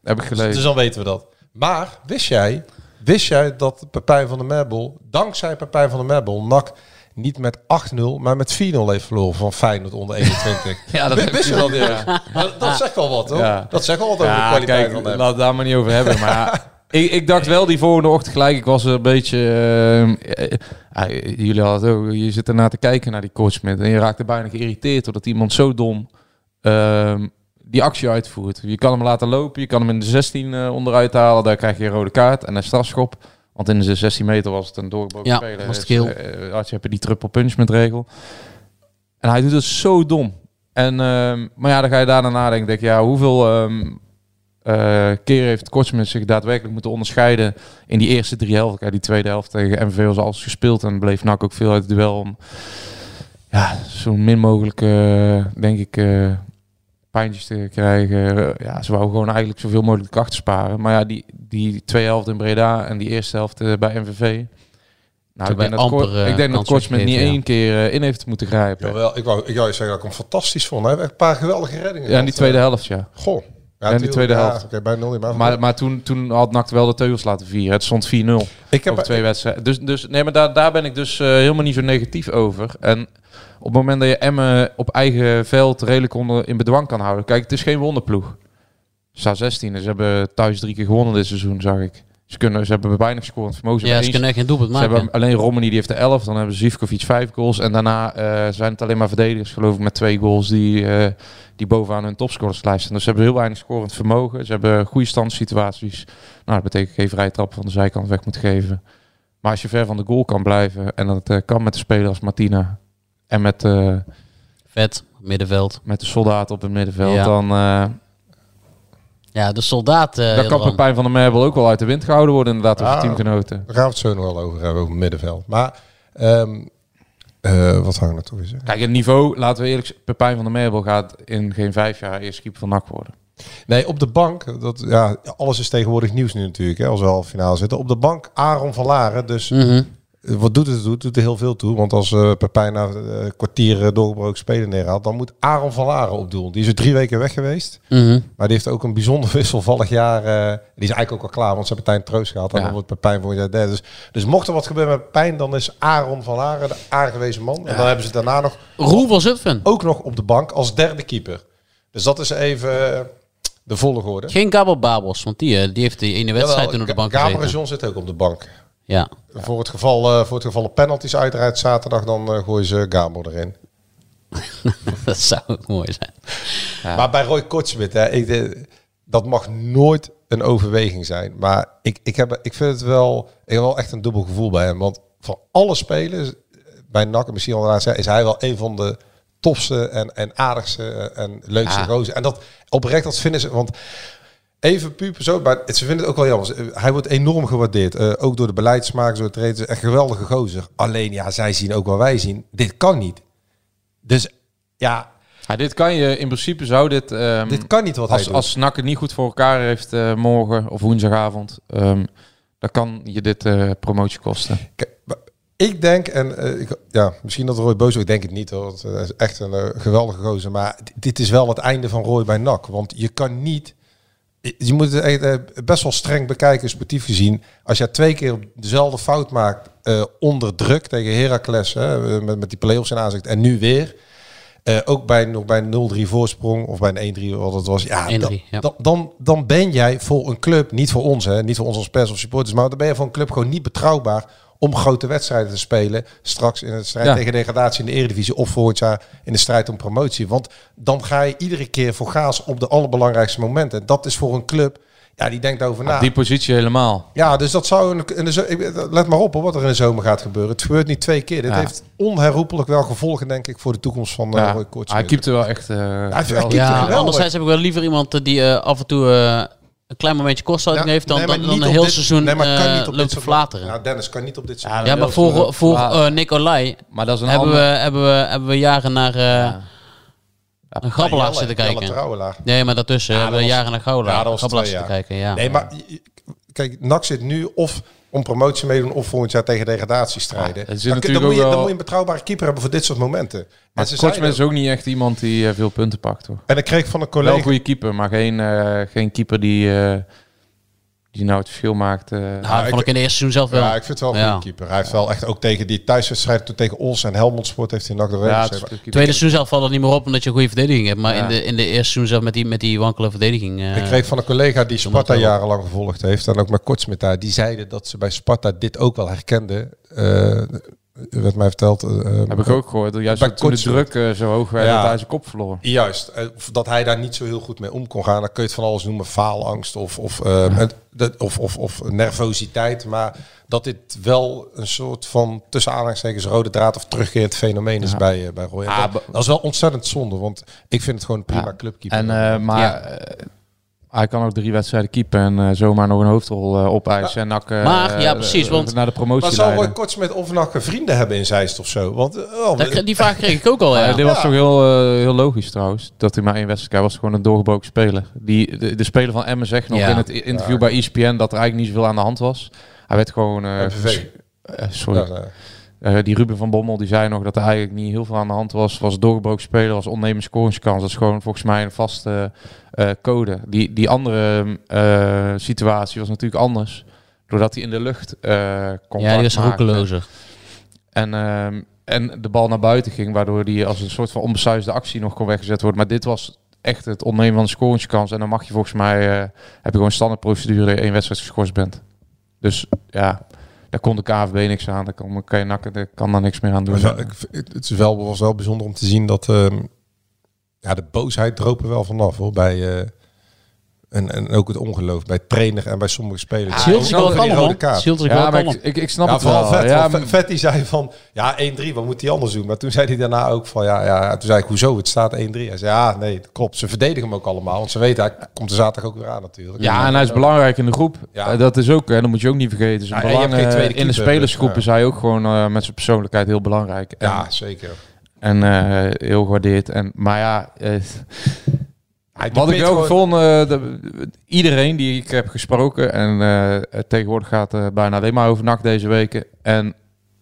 Heb ik gelezen. Dus, dus dan weten we dat. Maar wist jij, wist jij dat Pepijn van der Merbel, dankzij Pepijn van der Merbel, N A C niet met acht nul, maar met vier nul heeft verloren van Feyenoord onder eenentwintig. Ja, dat wist je dat niet? Ja. Dat, dat zegt wel wat, hoor. Ja. Dat zegt wel wat over ja, de kwaliteit kijk, van hem. Laat het daar maar niet over hebben. Maar ik, ik dacht wel die volgende ochtend gelijk, ik was een beetje... Uh, uh, uh, jullie hadden het ook, je zit ernaar te kijken naar die coachmet en je raakte bijna geïrriteerd doordat iemand zo dom uh, die actie uitvoert. Je kan hem laten lopen, je kan hem in de zestien uh, onderuit halen, daar krijg je een rode kaart en een strafschop. Want in de zestien meter was het een doorgebroken ja, speler. was het geel. Dus, uh, had je die triple punishment regel. En hij doet het zo dom. En, uh, maar ja, dan ga je daarna nadenken. Denk je, ja, hoeveel um, uh, keer heeft Kortsmit zich daadwerkelijk moeten onderscheiden in die eerste drie helften. Kijk, die tweede helft tegen M V V was alles gespeeld en bleef N A C ook veel uit het duel om ja, zo min mogelijk, uh, denk ik, uh, pijntjes te krijgen. Ja, ze wou gewoon eigenlijk zoveel mogelijk de krachten sparen. Maar ja, die, die twee helften in Breda en die eerste helft uh, bij M V V. Nou, ik denk, amper, dat, uh, ik denk dat Kortsmit niet ja. één keer uh, in heeft moeten grijpen. Jawel, ik wou, ik wou zeggen dat ik hem fantastisch vond. Hij heeft echt een paar geweldige reddingen. Ja, in die tweede helft, ja. Goh. Ja, ja in die tweede ja, helft. Okay, bij nul niet, maar maar, maar toen, toen had N A C wel de teugels laten vieren. Het stond vier nul ik heb over twee wedstrijden. Dus, dus nee, maar daar, daar ben ik dus uh, helemaal niet zo negatief over. En op het moment dat je Emmen op eigen veld redelijk onder in bedwang kan houden. Kijk, het is geen wonderploeg. Ze staan zestien. Ze hebben thuis drie keer gewonnen dit seizoen, zag ik. Ze, kunnen, ze hebben weinig scorend vermogen. Ja, ze kunnen echt geen doelpunt maken. Ze hebben alleen Romani, die heeft er elf. Dan hebben Zivkovic vijf goals. En daarna uh, zijn het alleen maar verdedigers, geloof ik, met twee goals die, uh, die bovenaan hun topscorerslijst staan. Dus ze hebben heel weinig scorend vermogen. Ze hebben goede standsituaties. Nou, dat betekent geen vrije trap van de zijkant weg moet geven. Maar als je ver van de goal kan blijven, en dat uh, kan met de speler als Martina en met uh, Vet, middenveld. Met de soldaten op het middenveld, ja. dan... Uh, Ja, de soldaat... Uh, dan kan Pepijn van der Merbel ook wel uit de wind gehouden worden, inderdaad, over ja, teamgenoten. Daar gaan we het zo nog wel over hebben, over het middenveld. Maar, um, uh, wat gaan we naartoe zeggen? Kijk, het niveau, laten we eerlijk zijn, Pepijn van der Merbel gaat in geen vijf jaar eerste keeper van N A C worden. Nee, op de bank, dat, ja, alles is tegenwoordig nieuws nu natuurlijk, hè, als we al finale zitten. Op de bank Aaron van Laren, dus... Mm-hmm. Wat doet het? Doet, doet er heel veel toe. Want als uh, Pepijn na uh, kwartier doorgebroken spelen neerhaalt, dan moet Aaron van Laren op doel. Die is er drie weken weg geweest. Mm-hmm. Maar die heeft ook een bijzonder wisselvallig jaar. Uh, die is eigenlijk ook al klaar, want ze hebben Pepijn Troost gehad. En ja. dan wordt Pepijn volgend jaar derde. Dus, dus mocht er wat gebeuren met Pepijn, dan is Aaron van Laren de aangewezen man. Ja. En dan hebben ze daarna nog... Roel van Zutphen. Ook nog op de bank als derde keeper. Dus dat is even... Uh, de volgorde. Geen Gabel Babos, want die, die heeft die ene wedstrijd toen op de bank gezeten. Gabriel zit ook op de bank. Ja. Voor het geval, uh, voor het geval de penalties uiteraard zaterdag, dan uh, gooien ze Gabel erin. Dat zou ook mooi zijn. Ja. Maar bij Roy Kortsmit, hè, ik, de, dat mag nooit een overweging zijn. Maar ik, ik, heb, ik vind het wel, ik heb wel echt een dubbel gevoel bij hem. Want van alle spelers bij N A C, misschien al is hij wel een van de tofste en, en aardigste en leukste ja. gozer. En dat oprecht, dat vinden ze... Want even puur zo, maar ze vinden het ook wel jammer. Hij wordt enorm gewaardeerd. Uh, ook door de beleidsmakers, door de trainers. Echt geweldige gozer. Alleen, ja, zij zien ook wat wij zien. Dit kan niet. Dus, ja... ja dit kan je, in principe zou dit... Um, dit kan niet wat als, hij doet. Als N A C het niet goed voor elkaar heeft uh, morgen of woensdagavond... Um, dan kan je dit uh, promotie kosten. Kijk, ik denk, en uh, ik, ja, misschien dat Roy boos is, ik denk het niet hoor. Het is echt een uh, geweldige gozer. Maar d- dit is wel het einde van Roy bij N A C. Want je kan niet... Je moet het best wel streng bekijken, sportief gezien. Als je twee keer dezelfde fout maakt uh, onder druk tegen Heracles, hè, met, met die play-offs in aanzicht, en nu weer, uh, ook bij nog bij een nul drie voorsprong of bij een één drie wat het was, ja, één drie, da, ja. da, dan, dan ben jij voor een club, niet voor ons, hè, niet voor ons als pers of supporters, maar dan ben je voor een club gewoon niet betrouwbaar om grote wedstrijden te spelen. Straks in de strijd ja. tegen degradatie in de Eredivisie of volgend jaar in de strijd om promotie. Want dan ga je iedere keer voor gaas op de allerbelangrijkste momenten. Dat is voor een club, ja, die denkt over na. Op die positie helemaal. Ja, dus dat zou... In de, in de, let maar op wat er in de zomer gaat gebeuren. Het gebeurt niet twee keer. Dit ja. heeft onherroepelijk wel gevolgen, denk ik, voor de toekomst van ja. uh, Roy Kortsmit. Hij keept er wel echt... Uh, ja, hij, wel. hij ja, er wel anderzijds heb ik wel liever iemand die uh, af en toe... Uh, een klein momentje kortsluiting ja, heeft dan, nee, dan, dan een heel dit, seizoen nee, uh, loopt te flateren. Nou, Dennis kan niet op dit seizoen. Ja, ja, maar voor, voor, voor uh, Nicolai maar dat is een hebben, ander... we, hebben, we, hebben we jaren naar uh, ja. een grabbelaar zitten kijken. Nee, maar daartussen ja, hebben we was, jaren naar Grabbelaar ja, zitten kijken. Ja. Nee, maar kijk, N A C zit nu of om promotie meedoen of volgend jaar tegen degradatie strijden. Ja, dan, dan, moet je, dan moet je een betrouwbare keeper hebben voor dit soort momenten. Maar Kortsmit is ook niet echt iemand die uh, veel punten pakt, hoor. En ik kreeg van een collega... Wel een goede keeper, maar geen, uh, geen keeper die... Uh, die nou het verschil maakt. Uh, nou, ja, vond ik in de eerste seizoen zelf wel. Ja, ik vind het wel een goede ja. keeper. Hij heeft wel echt ook tegen die thuiswedstrijden toen tegen Ols en Helmond Sport heeft hij nog de ja, tweede seizoen zelf valt het niet meer op omdat je een goede verdediging hebt. Maar ja. in, de, in de eerste seizoen zelf met die, met die wankele verdediging. Uh, ik kreeg van een collega die Sparta jarenlang gevolgd heeft en ook met Kortsmit daar. Die zeiden dat ze bij Sparta dit ook wel herkenden. Uh, werd mij verteld. Uh, Heb ik ook gehoord. Juist toen de druk uh, zo hoog werd, ja, dat hij zijn kop verloor. Juist. Uh, dat hij daar niet zo heel goed mee om kon gaan. Dan kun je het van alles noemen. Faalangst of, of, uh, ja. de, of, of, of nervositeit. Maar dat dit wel een soort van tussen aanhalingstekens rode draad of terugkerend fenomeen is ja. bij, uh, bij Roy. Ah, dat, dat is wel ontzettend zonde. Want ik vind het gewoon een prima ja. clubkeeper. En, uh, maar... Ja. Uh, Hij kan ook drie wedstrijden keepen en uh, zomaar nog een hoofdrol uh, opeisen. Ja. En Nak, uh, maar, ja, precies. Want naar de promotie maar zal Roy Kortsmit of Nak vrienden hebben in Zeist of zo? Want, oh, dat, die vraag kreeg ik ook al, ja. Uh, dit was ja. toch heel, uh, heel logisch trouwens. Dat hij maar één wedstrijd hij was gewoon een doorgebroken speler. Die, de, de speler van Emmen zegt nog ja. in het interview ja. bij E S P N dat er eigenlijk niet zoveel aan de hand was. Hij werd gewoon... Uh, uh, sorry. Ja, Uh, die Ruben van Bommel die zei nog dat er eigenlijk niet heel veel aan de hand was. Was doorgebroken speler, was onnemen scoringskans. Dat is gewoon volgens mij een vaste uh, code. Die, die andere uh, situatie was natuurlijk anders. Doordat hij in de lucht uh, kon. Ja, die was roekelozer. En, uh, en de bal naar buiten ging, waardoor die als een soort van onbesuisde actie nog kon weggezet worden. Maar dit was echt het onnemen van de scoringskans. En dan mag je volgens mij, uh, heb je gewoon standaardprocedure één wedstrijd geschorst bent. Dus ja... Daar kon de K V B niks aan. Daar kan, kan je nakken, daar kan daar niks meer aan doen. Wel, ik, het is wel, was wel bijzonder om te zien dat um, ja, de boosheid droop er wel vanaf, hoor. Bij, uh, en, en ook het ongeloof bij trainer en bij sommige spelers. Ja, Zielt zich wel allemaal. Ja, maar ik, ik, ik snap ja, het wel. Vet, ja, Vet, Vet die zei van, ja, één drie, wat moet hij anders doen? Maar toen zei hij daarna ook van, ja, ja toen zei ik, hoezo, het staat één drie. Hij zei, ja, nee, dat klopt. Ze verdedigen hem ook allemaal, want ze weten, hij komt er zaterdag ook weer aan natuurlijk. Ja, en hij is belangrijk in de groep. Ja. Uh, dat is ook, hè, dat moet je ook niet vergeten. Zijn ja, belang, uh, in de spelersgroep ja. is hij ook gewoon uh, met zijn persoonlijkheid heel belangrijk. En, ja, zeker. En uh, heel gewaardeerd. En, maar ja... Uh, Wat ik wel gewoon... vond, uh, de, iedereen die ik heb gesproken en uh, tegenwoordig gaat uh, bijna alleen maar over N A C deze weken. En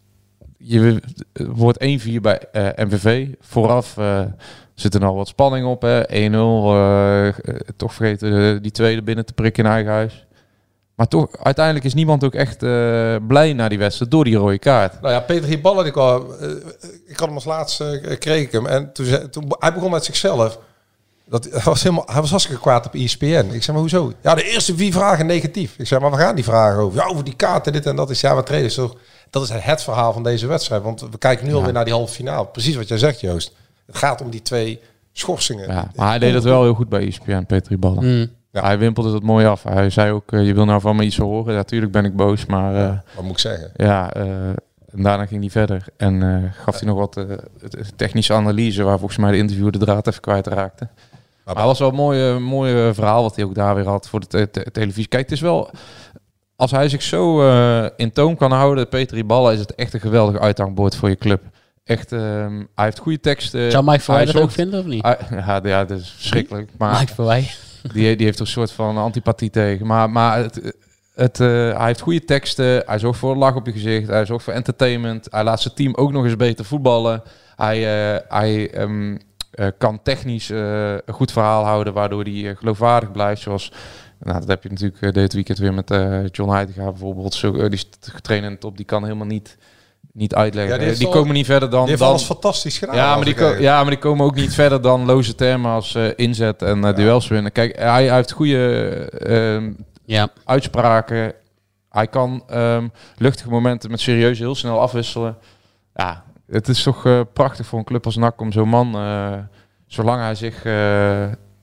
je wordt één vier bij uh, M V V. Vooraf uh, zit er al wat spanning op. één nul, uh, uh, toch vergeten uh, die tweede binnen te prikken in eigen huis. Maar toch, uiteindelijk is niemand ook echt uh, blij na die wedstrijd door die rode kaart. Nou ja, Peter Hiballa, ik, uh, ik had hem als laatste, uh, kreeg ik hem. En toen, zei, toen hij begon met zichzelf. Dat, hij, was helemaal, hij was hartstikke kwaad op E S P N. Ik zeg, maar hoezo? Ja, de eerste vier vragen negatief. Ik zeg, maar we gaan die vragen over? Ja, over die kaarten, dit en dat. Is ja, wat trainen is toch... Dat is het verhaal van deze wedstrijd. Want we kijken nu ja. alweer naar die halve finale. Precies wat jij zegt, Joost. Het gaat om die twee schorsingen. Ja, maar hij deed het wel heel goed bij E S P N, Peter Hiballa. Mm. Ja. Hij wimpelde het mooi af. Hij zei ook, uh, je wil nou van me iets horen. Ja, natuurlijk ben ik boos, maar... Uh, ja, wat moet ik zeggen? Ja, uh, en daarna ging hij verder. En uh, gaf hij nog wat uh, technische analyse... waar volgens mij de interviewer de draad even kwijtraakte. Maar het was wel een mooi, uh, mooi verhaal wat hij ook daar weer had voor de te- te- televisie. Kijk, het is wel... Als hij zich zo uh, in toom kan houden, Peter Hiballa, is het echt een geweldig uithangbord voor je club. Echt, uh, hij heeft goede teksten. Zou Mike Verwij dat ook vinden of niet? Uh, ja, ja, dat is verschrikkelijk. Maar Mike Verwij. Die, die heeft er een soort van antipathie tegen. Maar, maar het, het, uh, hij heeft goede teksten. Hij zorgt voor een lach op je gezicht. Hij zorgt voor entertainment. Hij laat zijn team ook nog eens beter voetballen. Hij, uh, hij um, uh, kan technisch uh, een goed verhaal houden, waardoor hij uh, geloofwaardig blijft. Zoals, nou, dat heb je natuurlijk uh, dit weekend weer met uh, John Heitinga bijvoorbeeld. Zo, uh, die trainer in de top, die kan helemaal niet... Niet uitleggen. Ja, die, die komen niet verder dan... Die heeft dan, alles fantastisch gedaan. Ja maar, die ko- ja, maar die komen ook niet verder dan loze termen als uh, inzet en uh, ja. duels winnen. Kijk, hij, hij heeft goede uh, ja. uitspraken. Hij kan um, luchtige momenten met serieus heel snel afwisselen. Ja, het is toch uh, prachtig voor een club als N A C om zo'n man... Uh, zolang hij zich uh,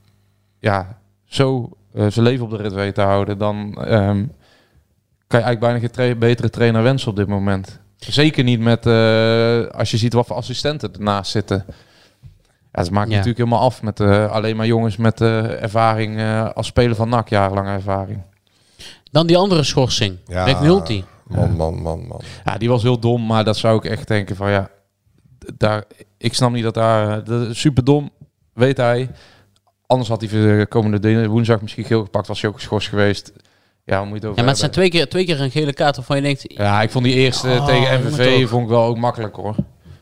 ja, zo uh, zijn leven op de rit weet te houden... dan um, kan je eigenlijk bijna geen tra- betere trainer wensen op dit moment. Zeker niet met, uh, als je ziet wat voor assistenten ernaast zitten. Ja, dat maakt ja. natuurlijk helemaal af met uh, alleen maar jongens met uh, ervaring uh, als speler van N A C, jarenlange ervaring. Dan die andere schorsing, ja, McNulty. Man, man, man, man. Ja, die was heel dom, maar dat zou ik echt denken van ja, daar, ik snap niet dat daar, dat is super dom, weet hij. Anders had hij voor de komende woensdag misschien geel gepakt, was hij ook geschorst geweest. Ja, hoe moet je het over Ja, maar het zijn twee keer, twee keer een gele kaart waarvan je denkt... Ja, ik vond die eerste oh, tegen M V V vond ik wel ook makkelijk hoor.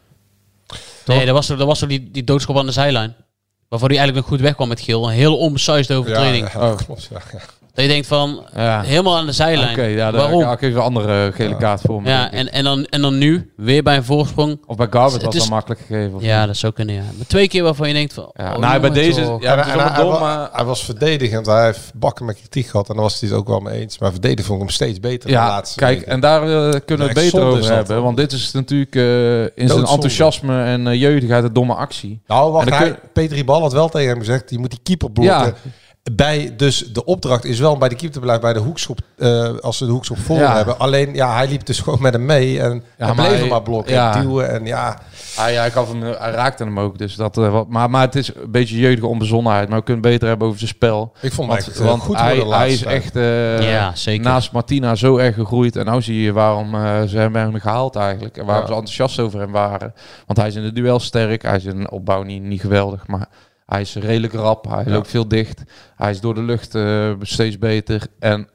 Nee, dat was, dat was zo die, die doodschop aan de zijlijn. Waarvoor hij eigenlijk nog goed wegkwam met geel. Een heel onbesuisde overtreding. Ja, ja, oh. klopt, ja, ja. Dat je denkt van, ja. helemaal aan de zijlijn. Oké, okay, ja, daar waarom? ga ik even een andere gele ja. kaart voor me. Ja, en, en, dan, en dan nu, weer bij een voorsprong. Of bij Garbutt was dat makkelijk gegeven. Ja, dat zou kunnen, ja. Maar twee keer waarvan je denkt van... Ja, oh, nou, bij deze... Toch. Ja, en, en, en hij, dom, hij, hij was verdedigend. Hij heeft bakken met kritiek gehad. En daar was hij het ook wel mee eens. Maar verdedigen vond ik hem steeds beter. Ja, de laatste kijk, weken. en daar uh, kunnen we het beter over hebben. Want dit is natuurlijk uh, in zijn enthousiasme en uh, jeugdigheid een domme actie. Nou, wacht. Hij, kun... Peter Bal had wel tegen hem gezegd, je moet die keeper blokken. Ja. Bij, dus de opdracht is wel om bij de keeper te blijven bij de hoekschop, uh, als ze de hoekschop vol ja. hebben. Alleen, ja, hij liep dus gewoon met hem mee en ja, hij bleef hij, hem maar blokken ja. en duwen en ja. Ah, ja, ik gaf hem, hij raakte hem ook, dus dat, uh, wat, maar, maar het is een beetje jeugdige onbezonnenheid. Maar we kunnen het beter hebben over zijn spel. Ik vond want, het want goed hij, voor de hij is echt uh, ja, zeker. naast Martina zo erg gegroeid. En nou zie je waarom uh, ze hem hebben gehaald eigenlijk. En waarom ja. ze enthousiast over hem waren. Want hij is in de duel sterk, hij is in de opbouw niet, niet geweldig, maar... Hij is redelijk rap, hij ja. loopt veel dicht. Hij is door de lucht uh, steeds beter. En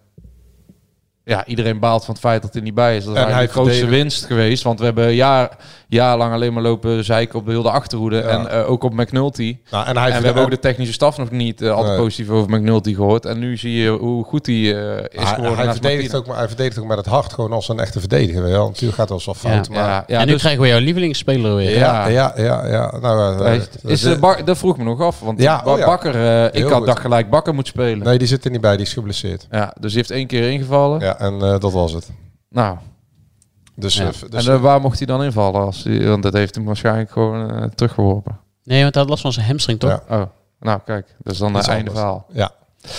ja, iedereen baalt van het feit dat hij niet bij is. Dat is hij de grootste verdedig. winst geweest. Want we hebben jaar, jaarlang alleen maar lopen zeiken op de hele achterhoede. Ja. En uh, ook op McNulty. Nou, en hij en we hebben ook de technische staf nog niet uh, altijd nee. positief over McNulty gehoord. En nu zie je hoe goed hij uh, is hij, geworden. Hij verdedigt, ook, hij verdedigt ook met het hart gewoon als een echte verdediger. Wel. Natuurlijk gaat het wel eens wat fout. Ja. Maar... Ja, ja, en nu dus... krijgen we jouw lievelingsspeler weer. Ja, ja, ja. ja. Nou, uh, is, uh, Bak, dat vroeg me nog af. Want ja, oh, ja. Bakker, uh, ik had dacht gelijk Bakker moet spelen. Nee, die zit er niet bij. Die is geblesseerd. Ja, dus die heeft één keer ingevallen. Ja, en uh, dat was het. Nou, dus, ja. uh, dus en uh, waar mocht hij dan invallen? Als hij, want dat heeft hem waarschijnlijk gewoon uh, teruggeworpen. Nee, want hij had last van zijn hamstring, toch? Ja. Oh, nou kijk, dat is dan het einde verhaal. Ja.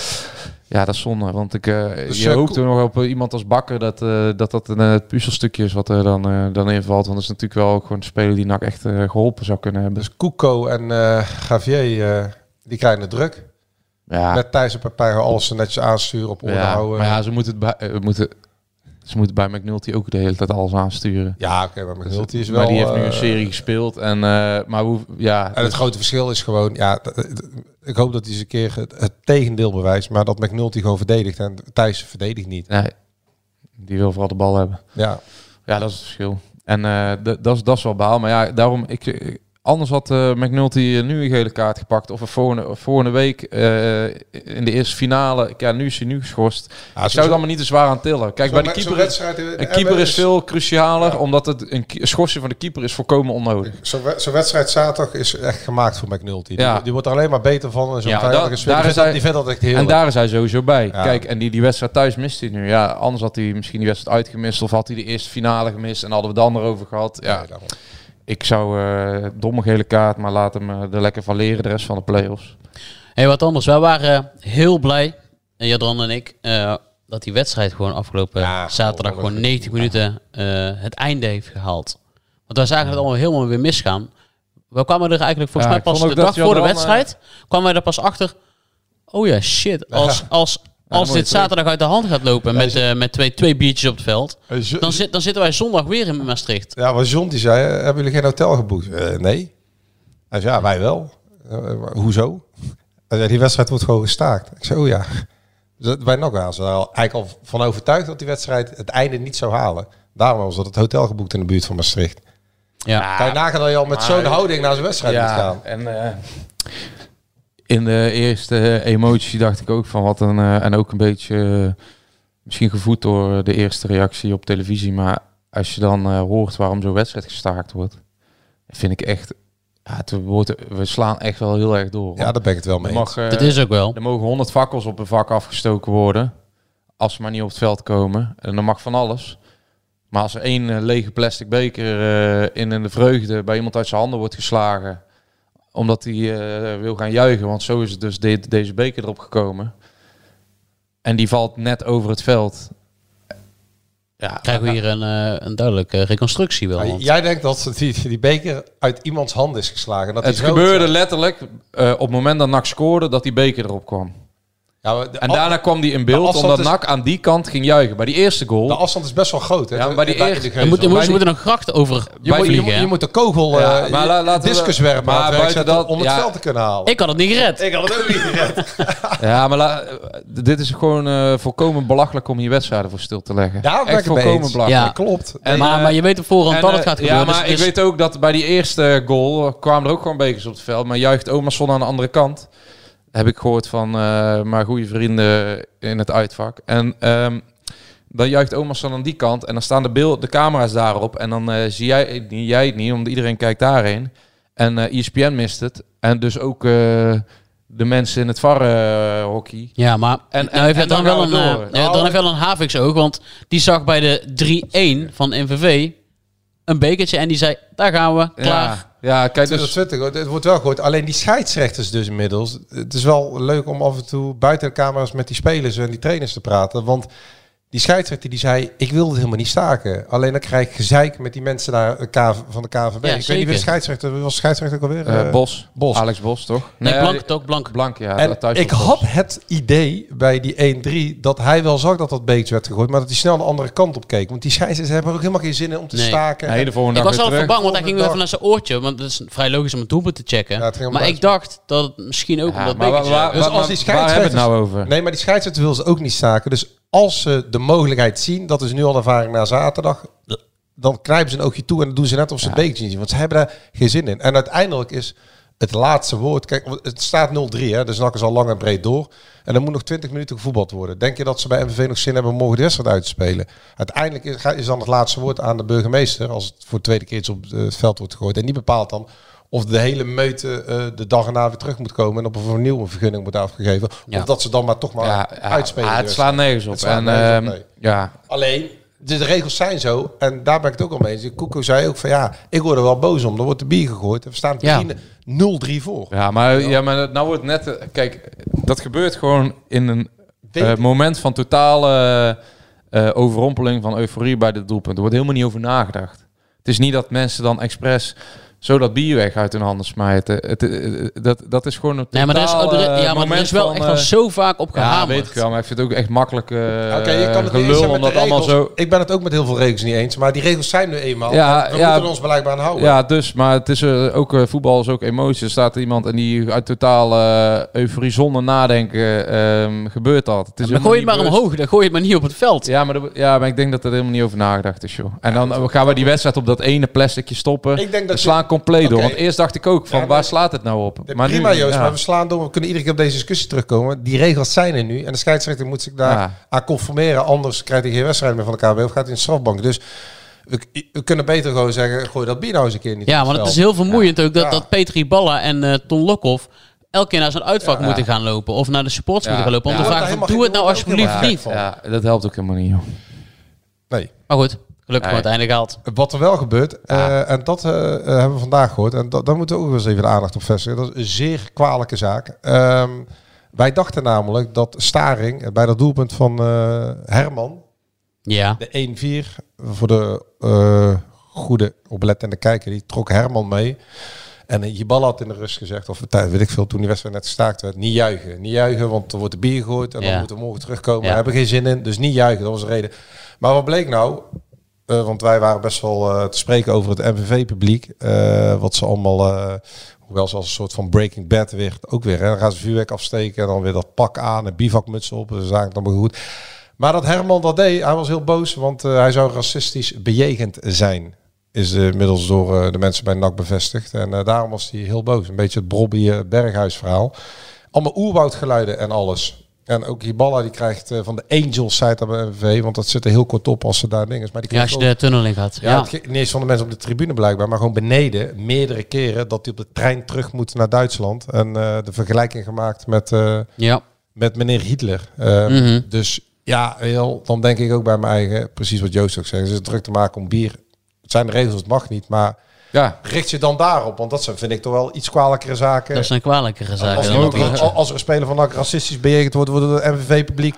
Ja, dat is zonde, want ik, uh, dus je uh, hoopt er nog op uh, iemand als Bakker dat uh, dat, dat een uh, puzzelstukje is wat er dan, uh, dan invalt. Want dat is natuurlijk wel ook gewoon een speler die N A C echt uh, geholpen zou kunnen hebben. Dus Kuko en uh, Gavier, uh, die krijgen de druk. Ja. Met Thijs en Papijn alles netjes aansturen op orde ja, houden. Maar ja, ze moeten het bij, uh, moeten, ze moeten bij McNulty ook de hele tijd alles aansturen. Ja, oké, okay, maar McNulty is wel... Maar die heeft nu een serie uh, gespeeld. En, uh, maar hoe, ja, en het dus, grote verschil is gewoon... Ja, ik hoop dat hij eens een keer het, het tegendeel bewijst. Maar dat McNulty gewoon verdedigt. En Thijs verdedigt niet. Nee, die wil vooral de bal hebben. Ja, ja dat is het verschil. En uh, d- dat, is, dat is wel baal. Maar ja, daarom... Ik, ik, anders had uh, McNulty nu een gele kaart gepakt. Of volgende, volgende week uh, in de eerste finale. Ja, nu is hij nu geschorst. Ja, ik zou het allemaal niet te zwaar aan tillen. Kijk, bij de keeper, is, een keeper is veel crucialer. Ja. Omdat het een schorsing van de keeper is volkomen onnodig. Zo'n zo wedstrijd zaterdag is echt gemaakt voor McNulty. Die, ja. die wordt er alleen maar beter van. En zo ja, da, is daar is hij, die vindt dat echt heel en daar is hij sowieso bij. Ja. Kijk, en die, die wedstrijd thuis mist hij nu. Ja, anders had hij misschien die wedstrijd uitgemist. Of had hij de eerste finale gemist. En hadden we het dan erover gehad. Ja, ja ik zou uh, domme gele kaart, maar laat hem uh, er lekker van leren de rest van de play-offs. Hey, wat anders. Wij waren heel blij, Jadran en ik, uh, dat die wedstrijd gewoon afgelopen ja, zaterdag gewoon negentig minuten uh, het einde heeft gehaald. Want wij zagen het allemaal helemaal weer misgaan. We kwamen er eigenlijk volgens ja, mij pas de dag voor de wedstrijd, uh, kwamen wij er pas achter. Oh ja, shit. Als, ja. als, als ja, dit zaterdag uit de hand gaat lopen ja, met, uh, met twee, twee biertjes op het veld, dan, zit, dan zitten wij zondag weer in Maastricht. Ja, maar John die zei, hebben jullie geen hotel geboekt? Uh, nee. Hij zei, ja, wij wel. Uh, hoezo? Uh, die wedstrijd wordt gewoon gestaakt. Ik zei, oh ja. Dus bij N A C waren ze er eigenlijk al van overtuigd dat die wedstrijd het einde niet zou halen. Daarom was dat het hotel geboekt in de buurt van Maastricht. Ja. Kan je nagaan dat je al met zo'n houding naar zo'n wedstrijd ja, moet gaan. En uh, in de eerste emotie dacht ik ook van wat een... Uh, en ook een beetje... Uh, misschien gevoed door de eerste reactie op televisie. Maar als je dan uh, hoort waarom zo'n wedstrijd gestaakt wordt... vind ik echt... Ja, het wordt, we slaan echt wel heel erg door. Ja, daar ben ik het wel mee. Mag, uh, dat is ook wel. Er mogen honderd fakkels op een vak afgestoken worden. Als ze maar niet op het veld komen. En dan mag van alles. Maar als er één uh, lege plastic beker uh, in, in de vreugde bij iemand uit zijn handen wordt geslagen... omdat hij uh, wil gaan juichen, want zo is het dus de, deze beker erop gekomen. En die valt net over het veld... Ja, krijgen we hier een, uh, een duidelijke reconstructie wel. Want... Jij denkt dat die, die beker uit iemands hand is geslagen. Dat het gebeurde letterlijk uh, op het moment dat N A C scoorde dat die beker erop kwam. Ja, de, en daarna kwam die in beeld omdat is, N A C aan die kant ging juichen. Bij die eerste goal... De afstand is best wel groot. Hè? Ja, bij die eerste... Je moet, je moet, je moet er een gracht over je moet, vliegen. Je, je, je moet de kogel, ja, uh, maar la, laten discuswerp maar buiten dat om het ja, veld te kunnen halen. Ik had het niet gered. Ik had het ook niet gered. Ja, maar la, dit is gewoon uh, volkomen belachelijk om hier wedstrijden voor stil te leggen. Ja, echt volkomen belachelijk. Ja, klopt. En, maar, uh, maar je weet op voorhand dat het gaat gebeuren. Ja, maar dus, ik weet ook dat bij die eerste goal kwamen er ook gewoon bekers op het veld. Maar juicht Omerson aan de andere kant. Heb ik gehoord van uh, mijn goede vrienden in het uitvak. En um, dan juicht Omerson aan die kant. En dan staan de, beeld, de camera's daarop. En dan uh, zie jij, jij het niet, omdat iedereen kijkt daarheen. En uh, E S P N mist het. En dus ook uh, de mensen in het V A R-hockey. Uh, ja, maar en, nou heeft en, dan, en dan, wel een, uh, oh. dan heeft wel een Havix-oog. Want die zag bij de drie-een van N V V een bekertje. En die zei, daar gaan we, klaar. Ja. Ja, kijk, dus... twintig, het wordt wel gegooid. Alleen die scheidsrechters dus inmiddels. Het is wel leuk om af en toe buiten de camera's met die spelers en die trainers te praten. Want die scheidsrechter die zei, ik wilde helemaal niet staken. Alleen dan krijg ik gezeik met die mensen daar van de K V B. Ja, ik weet niet wie de scheidsrechter, wie was de scheidsrechter ook alweer? Uh, Bos. Bos. Alex Bos, toch? Nee, nee Blank, toch? Blank. Blank, ja. En ik had het idee bij die één drie dat hij wel zag dat dat beekje werd gegooid, maar dat hij snel de andere kant op keek. Want die scheidsrechters hebben er ook helemaal geen zin in om te nee. staken. Nee, de volgende ik dag was wel even bang, want hij ging dag. even naar zijn oortje. Want het is vrij logisch om het doelpunt te checken. Ja, maar ik dacht dat het misschien ook ja, om dat maar bekertje... Waar, waar, dus waar, als die waar hebben we het nou over? Nee, maar die scheidsrechter wil ze ook niet staken. Dus als ze de mogelijkheid zien, dat is nu al ervaring na zaterdag, dan knijpen ze een oogje toe en dan doen ze net of ze ja. het bekertje niet zien. Want ze hebben daar geen zin in. En uiteindelijk is het laatste woord... Kijk, het staat nul drie, hè, dus N A C is al lang en breed door. En dan moet nog twintig minuten gevoetbald worden. Denk je dat ze bij M V V nog zin hebben om morgen de wedstrijd uit te spelen? Uiteindelijk is, is dan het laatste woord aan de burgemeester, als het voor de tweede keer op het veld wordt gegooid. En die bepaalt dan of de hele meute uh, de dag erna weer terug moet komen en op een nieuwe vergunning moet afgegeven. Ja. Of dat ze dan maar toch maar ja, uitspelen. Ja, het slaat nergens op. Slaat en, nergens uh, op nee. ja. Alleen, de regels zijn zo. En daar ben ik het ook al mee eens. Koeko zei ook van ja, ik word er wel boos om. Dan wordt de bier gegooid. En we staan ja. nul drie voor. Ja, maar, ja, maar nou wordt net... Kijk, dat gebeurt gewoon in een uh, moment van totale uh, overrompeling van euforie bij de doelpunt. Er wordt helemaal niet over nagedacht. Het is niet dat mensen dan expres zo dat bier weg uit hun handen smijten. Het, het, het, dat, dat is gewoon een totaal nee, maar er is, er, ja, maar er is wel van, echt al zo vaak op gehamerd. Ja, weet ik wel, maar ik vind het ook echt makkelijk uh, okay, je kan het gelul om dat allemaal zo... Ik ben het ook met heel veel regels niet eens, maar die regels zijn nu eenmaal. Ja, we ja, moeten ons blijkbaar aan houden. Ja, dus, maar het is uh, ook uh, voetbal is ook emotie. Er staat iemand en die uit totaal uh, euforie zonder nadenken um, gebeurt dat. Het is ja, dan gooi je het maar bewust. omhoog, dan gooi je het maar niet op het veld. Ja, maar, de, ja, maar ik denk dat er helemaal niet over nagedacht is, joh. En dan ja, gaan we die wedstrijd op dat ene plasticje stoppen. Ik denk dat we slaan compleet okay. door, want eerst dacht ik ook van ja, waar slaat het nou op? De, maar prima nu, Joost, ja. maar we slaan door. We kunnen iedere keer op deze discussie terugkomen. Die regels zijn er nu en de scheidsrechter moet zich daar ja. aan conformeren. Anders krijgt hij geen wedstrijd meer van de K V B of gaat hij in de strafbank. Dus we, we kunnen beter gewoon zeggen, gooi dat bier nou eens een keer niet. Ja, want het is heel vermoeiend ja. ook dat, ja. dat Petri Balla en uh, Ton Lokhoff elke keer naar zijn uitvak ja. moeten gaan lopen of naar de supports ja. moeten gaan lopen. Om ja. te vragen, doe het nou alsjeblieft niet. Ja, dat helpt ook helemaal niet, joh. Nee. Maar goed. Gelukkig wordt het eindelijk gehaald. Wat er wel gebeurt, ja. uh, en dat uh, hebben we vandaag gehoord, en dat, daar moeten we ook eens even de aandacht op vestigen. Dat is een zeer kwalijke zaak. Um, wij dachten namelijk dat Staring bij dat doelpunt van uh, Herman, ja. de één vier, voor de uh, goede oplettende kijker, die trok Herman mee. En Jibal had in de rust gezegd, of weet ik veel, toen die wedstrijd net gestaakt werd, niet juichen. Niet juichen, want er wordt de bier gegooid en ja. dan moeten we morgen terugkomen. Ja. We hebben geen zin in, dus niet juichen, dat was de reden. Maar wat bleek nou? Uh, want wij waren best wel uh, te spreken over het M V V-publiek. Uh, wat ze allemaal, uh, hoewel ze als een soort van Breaking Bad weer, ook weer. Hè, dan gaan ze vuurwerk afsteken en dan weer dat pak aan en bivakmutsen op. Dus zagen het allemaal goed. Maar dat Herman dat deed, hij was heel boos, want uh, hij zou racistisch bejegend zijn. Is uh, inmiddels door uh, de mensen bij N A C bevestigd. En uh, daarom was hij heel boos. Een beetje het Brobby uh, Berghuis verhaal. Allemaal oerwoudgeluiden en alles. En ook Hiballa die krijgt uh, van de Angels site bij M V V, want dat zit er heel kort op als ze daar dingen is. Maar die ja, als je de tunnel in gaat. Ja, ja. Het, niet eens van de mensen op de tribune blijkbaar, maar gewoon beneden meerdere keren dat hij op de trein terug moet naar Duitsland. En uh, de vergelijking gemaakt met, uh, ja. met meneer Hitler. Uh, mm-hmm. Dus ja, heel, dan denk ik ook bij mijn eigen, precies wat Joost ook zegt, het is druk te maken om bier. Het zijn de regels, het mag niet, maar ja. richt je dan daarop, want dat zijn, vind ik toch wel iets kwalijkere zaken. Dat zijn kwalijkere zaken. Als, iemand, als, als er een speler van N A C racistisch bejegend wordt, wordt het M V V-publiek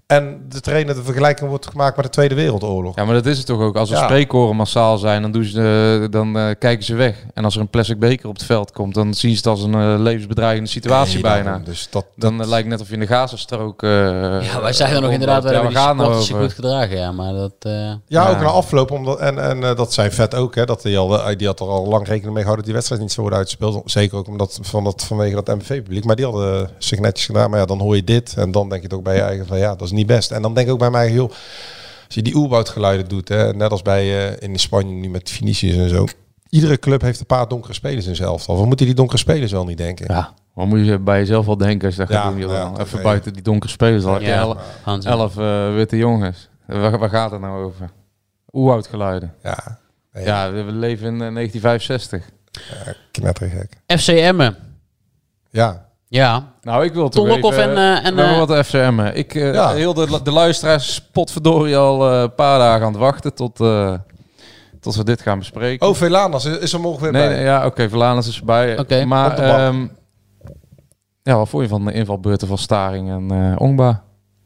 En de trainer de vergelijking wordt gemaakt met de Tweede Wereldoorlog. Ja, maar dat is het toch ook. Als er ja. spreekkoren massaal zijn, dan, doen ze, uh, dan uh, kijken ze weg. En als er een plastic beker op het veld komt, dan zien ze het als een uh, levensbedreigende situatie nee, bijna. Dan, dus dat, dan uh, lijkt het net of je in de Gazastrook... Uh, ja, wij zeiden nog inderdaad, we hebben die supporters zich goed gedragen. Ja, maar dat, uh, ja, ja, ook na afloop. Omdat, en en uh, dat zei Vet ook, hè, dat hij al, die had er al lang rekening mee gehouden dat die wedstrijd niet zou worden uitgespeeld. Zeker ook omdat, van dat, vanwege dat M V V-publiek. Maar die hadden zich netjes gedaan. Maar ja, dan hoor je dit. En dan denk je toch bij je eigen van ja, dat is niet best. En dan denk ik ook bij mij, joh, als je die oerwoudgeluiden doet, hè, net als bij uh, in Spanje nu met Vinicius en zo. Iedere club heeft een paar donkere spelers in zijn elftal. Wat moeten die donkere spelers wel niet denken? Ja, wat moet je bij jezelf wel denken als je dat ja, gaat doen? Ja, Even okay. buiten die donkere spelers. Dan ja, heb je elf, ja, elf uh, witte jongens. Waar, waar gaat het nou over? Oerwoudgeluiden. Ja, nee. Ja, we leven in uh, negentien vijfenzestig. Ja, knettergek. F C Emmen. Ja. Ja. Nou, ik wil toch toch even... en, uh, en uh, wat F C Emmen. Ik, uh, ja. heel de, de luisteraars potverdorie al een uh, paar dagen aan het wachten tot, uh, tot we dit gaan bespreken. Oh, Velanas is er morgen weer nee, bij. Nee, ja, oké, okay, Velanas is erbij. Okay. Maar um, ja, wat vond je van de invalbeurten van Staring en uh, Ongba?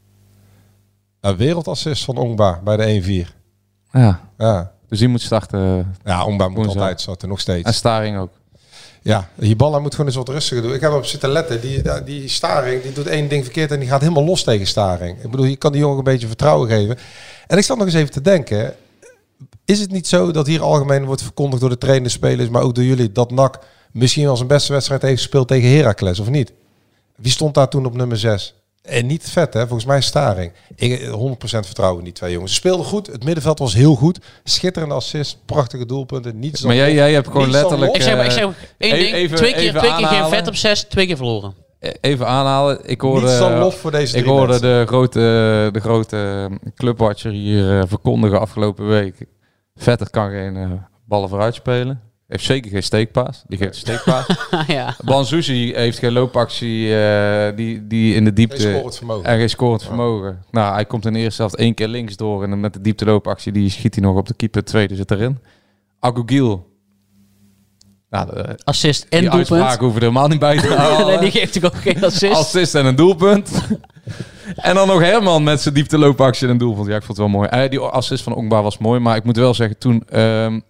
Een wereldassist van Ongba bij de één vier. Ja. ja. Dus die moet starten. Ja, Ongba moet altijd starten, nog steeds. En Staring ook. Ja, Hiballa moet gewoon eens wat rustiger doen. Ik heb op zitten letten. Die, die Staring die doet één ding verkeerd en die gaat helemaal los tegen Staring. Ik bedoel, je kan die jongen een beetje vertrouwen geven. En ik zat nog eens even te denken. Is het niet zo dat hier algemeen wordt verkondigd door de trainers, spelers, maar ook door jullie, dat N A C misschien wel zijn beste wedstrijd heeft gespeeld tegen Heracles, of niet? Wie stond daar toen op nummer zes? En niet Vet, hè? Volgens mij Staring. Ik honderd procent vertrouwen in die twee jongens. Ze speelden goed. Het middenveld was heel goed. Schitterende assist. Prachtige doelpunten. Niets maar jij, jij hebt gewoon letterlijk... Ik zeg maar, ik zeg één ding. Even, twee keer, even twee keer geen Vet op zes. Twee keer verloren. Even aanhalen. Ik hoorde, Niets dan lof voor deze ik hoorde de grote, de grote clubwatcher hier uh, verkondigen afgelopen week. Vetter kan geen uh, ballen vooruit spelen. Heeft zeker geen steekpaas. Die geeft een steekpaas. ja. Banzuzi heeft geen loopactie uh, die, die in de diepte... Geen scorend vermogen. En geen scorend vermogen. Nou, hij komt in de eerste helft één keer links door. En met de diepte loopactie die schiet hij nog op de keeper. Tweede zit erin. Agogiel. Nou, de, assist en die doelpunt. Die uitspraak hoeven we er helemaal niet bij te halen. Nee, die geeft ook geen assist. Assist en een doelpunt. En dan nog Herman met zijn diepte loopactie en een doelpunt. Ja, ik vond het wel mooi. Uh, die assist van Ongba was mooi. Maar ik moet wel zeggen, toen... Um,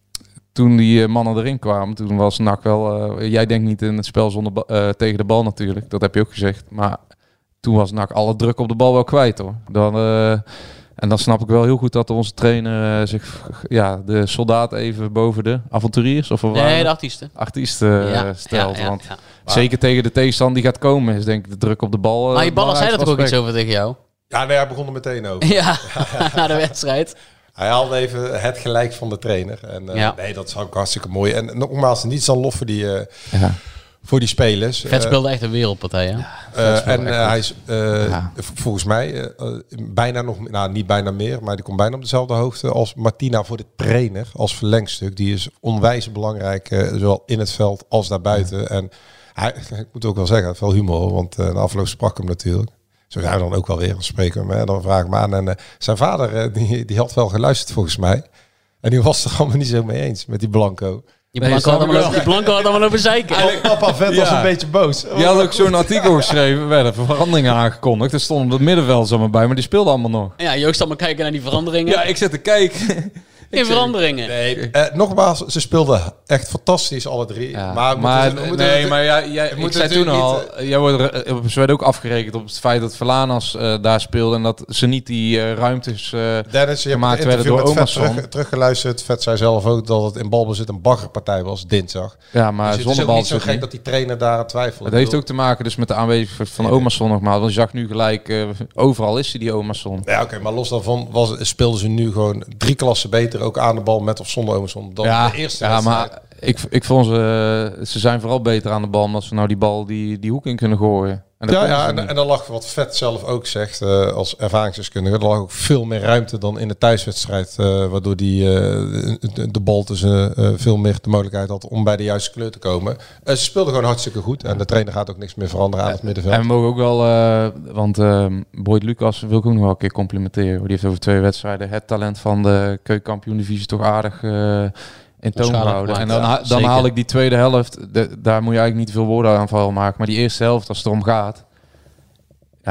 Toen die mannen erin kwamen, toen was N A C wel... Uh, jij denkt niet in het spel zonder ba- uh, tegen de bal natuurlijk. Dat heb je ook gezegd. Maar toen was N A C alle druk op de bal wel kwijt hoor. Dan, uh, en dan snap ik wel heel goed dat onze trainer uh, zich... Ja, de soldaat even boven de avonturiers. Of nee, de artiesten. Artiesten uh, ja, stelt. Ja, ja, want ja. zeker tegen de tegenstander die gaat komen is denk ik de druk op de bal... Uh, maar je ballen zei dat ook iets over tegen jou? Ja, nee, hij begon er meteen over. ja, na de wedstrijd. Hij haalde even het gelijk van de trainer. En uh, ja. nee, dat is ook hartstikke mooi. En nogmaals, niets dan lof voor die, uh, ja. voor die spelers. Vet speelde uh, echt een wereldpartij, hè? Uh, en uh, hij is uh, ja. volgens mij uh, uh, bijna nog, nou niet bijna meer, maar die komt bijna op dezelfde hoogte als Martina voor de trainer, als verlengstuk. Die is onwijs belangrijk, uh, zowel in het veld als daarbuiten. Ja. En hij, ik moet ook wel zeggen, hij heeft wel humor, want uh, de afloop sprak hem natuurlijk. Zo zijn we dan ook wel weer aan spreken. Maar dan vraag ik me aan. En uh, zijn vader, uh, die, die had wel geluisterd volgens mij. En die was er allemaal niet zo mee eens met die Blanco. Die Blanco had allemaal, die Blanco had allemaal over zeiken. Papa Vet ja. was een beetje boos. Die had ook zo'n artikel geschreven. Er werden veranderingen aangekondigd. Er stonden op het middenveld zomaar bij. Maar die speelden allemaal nog. Ja, Joost zat maar kijken naar die veranderingen. Ja, ik zit te kijken. In veranderingen. Nee, uh, nogmaals, ze speelden echt fantastisch alle drie. Ja, maar maar, moeten, nee, maar ja, jij, ik zei toen al, uh, jij wordt, ze werd ook afgerekend op het feit dat Velanas uh, daar speelde en dat ze niet die uh, ruimtes uh, Dennis, je gemaakt hebt werden door Omerson. Terug, teruggeluisterd. Vet zei zelf ook dat het in balbezit een baggerpartij was dinsdag. Ja, maar dus zonder bal is het niet zo gek dat die trainer daar aan twijfelt. Het heeft ook te maken dus met de aanwezigheid van ja. Omerson nogmaals. Want je zag nu gelijk, uh, overal is hij die Omerson. Ja, oké, okay, maar los daarvan was, speelden ze nu gewoon drie klassen beter, ook aan de bal met of zonder Omerson dan ja, de eerste ja, wedstrijd. Maar ik, ik vond ze, ze zijn vooral beter aan de bal omdat ze nou die bal die, die hoek in kunnen gooien. En ja, ja en, en dan lag wat Vet zelf ook zegt uh, als ervaringsdeskundige, er lag ook veel meer ruimte dan in de thuiswedstrijd, uh, waardoor die uh, de, de bal tussen uh, veel meer de mogelijkheid had om bij de juiste kleur te komen. Uh, ze speelden gewoon hartstikke goed en de trainer gaat ook niks meer veranderen aan het middenveld. En we mogen ook wel, uh, want uh, Boyd Lucas wil ik ook nog wel een keer complimenteren. Die heeft over twee wedstrijden het talent van de keukenkampioen-divisie toch aardig uh, in toon houden. En dan, ja, dan haal ik die tweede helft, de, daar moet je eigenlijk niet veel woorden aan vuil maken. Maar die eerste helft, als het erom gaat, ja,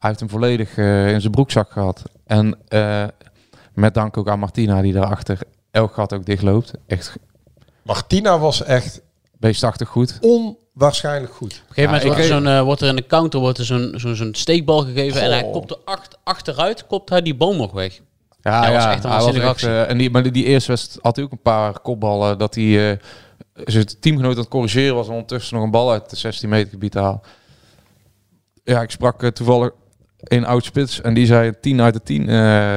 heeft hem volledig uh, in zijn broekzak gehad. En uh, met dank ook aan Martina, die daarachter elk gat ook dichtloopt. Echt. Martina was echt... beestachtig goed. Onwaarschijnlijk goed. Op een gegeven moment ja, wordt, er zo'n, uh, wordt er in de counter wordt er zo'n, zo'n, zo'n steekbal gegeven. Oh. En hij kopte acht, achteruit, kopt hij die bal nog weg. Ja, ja, was echt een waanzinnige actie. Uh, en die, maar die, die eerste wedstrijd had hij ook een paar kopballen. Dat hij uh, zijn teamgenoot aan het corrigeren was. En ondertussen nog een bal uit de zestien meter gebied te halen. Ja, ik sprak uh, toevallig een oud spits. En die zei tien uit de tien uh,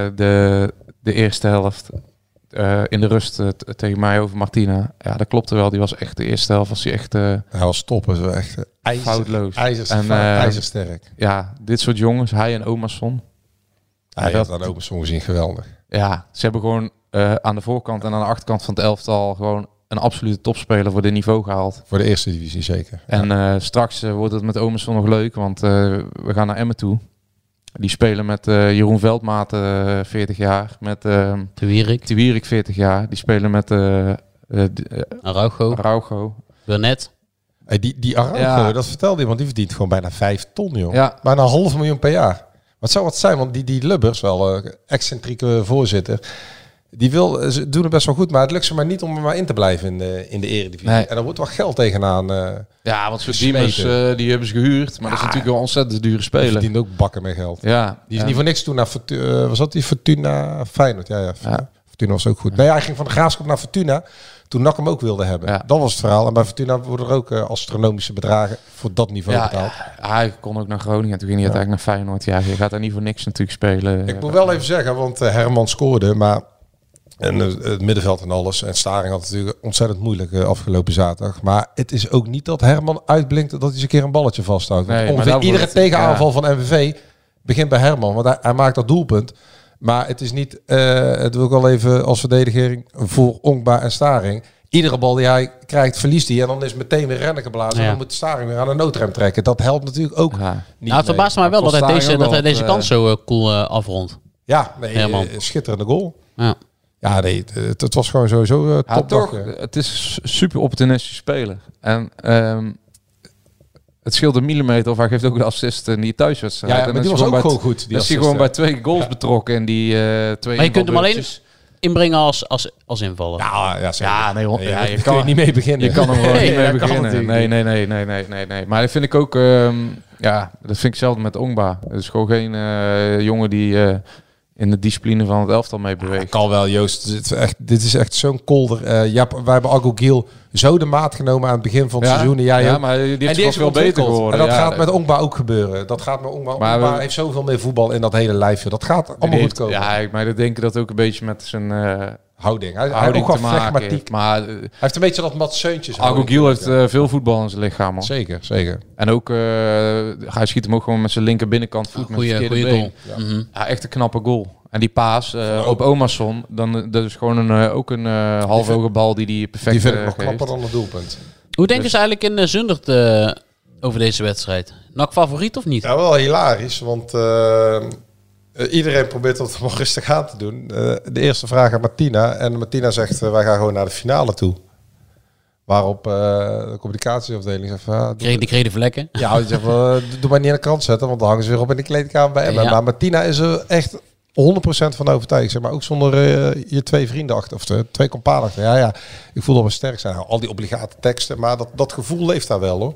de, de eerste helft. Uh, in de rust uh, t- tegen mij over Martina. Ja, dat klopte wel. Die was echt de eerste helft. Was hij echt... Uh, hij was top. Was echt uh, ijzer, foutloos. IJzers, en, uh, ijzersterk. Ja, dit soort jongens. Hij en Omerson. Hij had aan Omerson gezien geweldig. Ja, ze hebben gewoon uh, aan de voorkant en aan de achterkant van het elftal gewoon een absolute topspeler voor dit niveau gehaald. Voor de eerste divisie zeker. En uh, straks uh, wordt het met Omerson nog leuk, want uh, we gaan naar Emmen toe. Die spelen met uh, Jeroen Veldmaat, uh, veertig jaar. Met uh, De Wierik. De Wierik, veertig jaar. Die spelen met uh, uh, uh, Araujo. Araujo. Burnett. Hey, die die Araujo, ja. Dat vertelde iemand, die verdient gewoon bijna vijf ton, joh. Ja. Bijna een half miljoen per jaar. Wat zou wat zijn? Want die, die Lubbers, wel uh, excentrieke voorzitter, die wil, ze doen het best wel goed, maar het lukt ze maar niet om er maar in te blijven in de, in de eredivisie. Nee. En er wordt wel geld tegenaan. Uh, ja, want voor Diemers, uh, die hebben ze gehuurd, maar ja, dat is natuurlijk wel ontzettend dure speler. Die verdient ook bakken met geld. Ja, die is ja. niet voor niks toen naar Fortuna, uh, was dat die Fortuna Feyenoord? Ja, ja, ja. Fortuna was ook goed. Nee, hij ging van de Graafschap naar Fortuna. Toen N A C hem ook wilde hebben. Ja. Dat was het verhaal. En bij Fortuna worden er ook uh, astronomische bedragen voor dat niveau ja, betaald. Ja, hij kon ook naar Groningen. Toen ging hij ja. uiteindelijk naar Feyenoord. Ja, je gaat daar niet voor niks natuurlijk spelen. Ik moet wel even zeggen, want uh, Herman scoorde, maar en uh, het middenveld en alles. En Staring had het natuurlijk ontzettend moeilijk uh, afgelopen zaterdag. Maar het is ook niet dat Herman uitblinkt dat hij eens een keer een balletje vasthoudt. Nee, ongeveer iedere het, tegenaanval ja. van M V V begint bij Herman, want hij, hij maakt dat doelpunt. Maar het is niet, uh, het wil ik wel even als verdediging voor Onkba en Staring. Iedere bal die hij krijgt, verliest hij. En dan is meteen weer rennen geblazen. Ja. En dan moet Staring weer aan de noodrem trekken. Dat helpt natuurlijk ook ja. niet. Nou, het verbaast mij wel dat hij deze, dat hij deze uh, kans zo uh, cool uh, afrondt. Ja, nee, uh, schitterende goal. Ja, ja nee, het, het was gewoon sowieso uh, top. Ja, toch, het is super opportunistisch speler. En um, het scheelt een millimeter of hij geeft ook de assist in die thuiswedstrijd. Ja, ja, maar die was ook gewoon goed. Die is hij gewoon bij twee goals ja. betrokken in die uh, twee. Maar je kunt hem alleen inbrengen als, als, als invaller. Ja, ja, zeker. ja nee, ja, je, je kan er niet mee beginnen. Je kan er gewoon nee, niet mee beginnen. Nee, nee, nee, nee, nee, nee, nee. Maar dat vind ik ook, um, ja, dat vind ik hetzelfde met Onkba. Het is gewoon geen uh, jongen die uh, in de discipline van het elftal mee beweegt. Ja, kan wel, Joost. Dit is echt, dit is echt zo'n kolder. Uh, ja, wij hebben Agogiel zo de maat genomen aan het begin van het ja, seizoen. En jij ja, maar die, die is veel beter geworden. En dat ja, gaat met Onkba ook gebeuren. Dat gaat met Onkba. Maar Onkba we, heeft zoveel meer voetbal in dat hele lijfje. Dat gaat allemaal goed heeft, komen. Ja, maar ik denk dat ook een beetje met zijn uh, houding. Hij, houding hij te maken heeft. Maar uh, hij heeft een beetje dat Mats Seuntjes. Agogiel heeft uh, veel voetbal in zijn lichaam. Man. Zeker, zeker. En ook uh, hij schiet hem ook gewoon met zijn linker binnenkant voet oh, met zijn verkeerde been. Ja. Mm-hmm. Ja, echt een knappe goal. En die paas uh, op Omerson, dan dat is gewoon een, uh, ook een uh, halfhoge bal die die perfect Die vind ik uh, nog knapper dan het doelpunt. Hoe denken dus ze eigenlijk in uh, Zundert uh, over deze wedstrijd? N A C favoriet of niet? Ja, wel hilarisch, want uh, uh, iedereen probeert dat wel rustig aan te doen. Uh, de eerste vraag aan Martina en Martina zegt uh, wij gaan gewoon naar de finale toe. Waarop uh, de communicatieafdeling zegt... Uh, Kreeg, die kreeg de vlekken. Ja, die zegt uh, doe maar niet aan de krant zetten, want dan hangen ze weer op in de kleedkamer bij Emmen. Ja. Maar Martina is er echt honderd procent van overtuigd. Zeg maar ook zonder uh, je twee vrienden achter, of de, twee companen achter. Ja, ja, ik voel dat we sterk zijn. Al die obligate teksten, maar dat, dat gevoel leeft daar wel, hoor.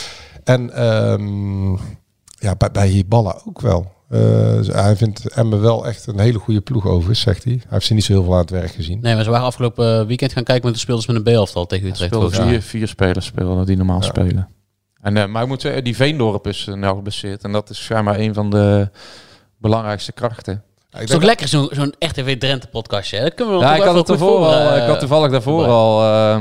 En um, ja, bij, bij Hiballa ook wel. Uh, hij vindt Emmen wel echt een hele goede ploeg overigens, zegt hij. Hij heeft ze niet zo heel veel aan het werk gezien. Nee, maar ze waren afgelopen weekend gaan kijken met de spelers met een B-elftal tegen Utrecht. Ja, vier, ja. vier spelers spelen die normaal ja. spelen. En, uh, maar ik moet zeggen, die Veendorp is uh, nou geblesseerd. En dat is schijnbaar een van de belangrijkste krachten. Ja, het is ook lekker zo'n zo'n R T V Drenthe podcastje. Dat kunnen we ja, ik had, het voor, al, uh, ik had toevallig daarvoor bij. al uh,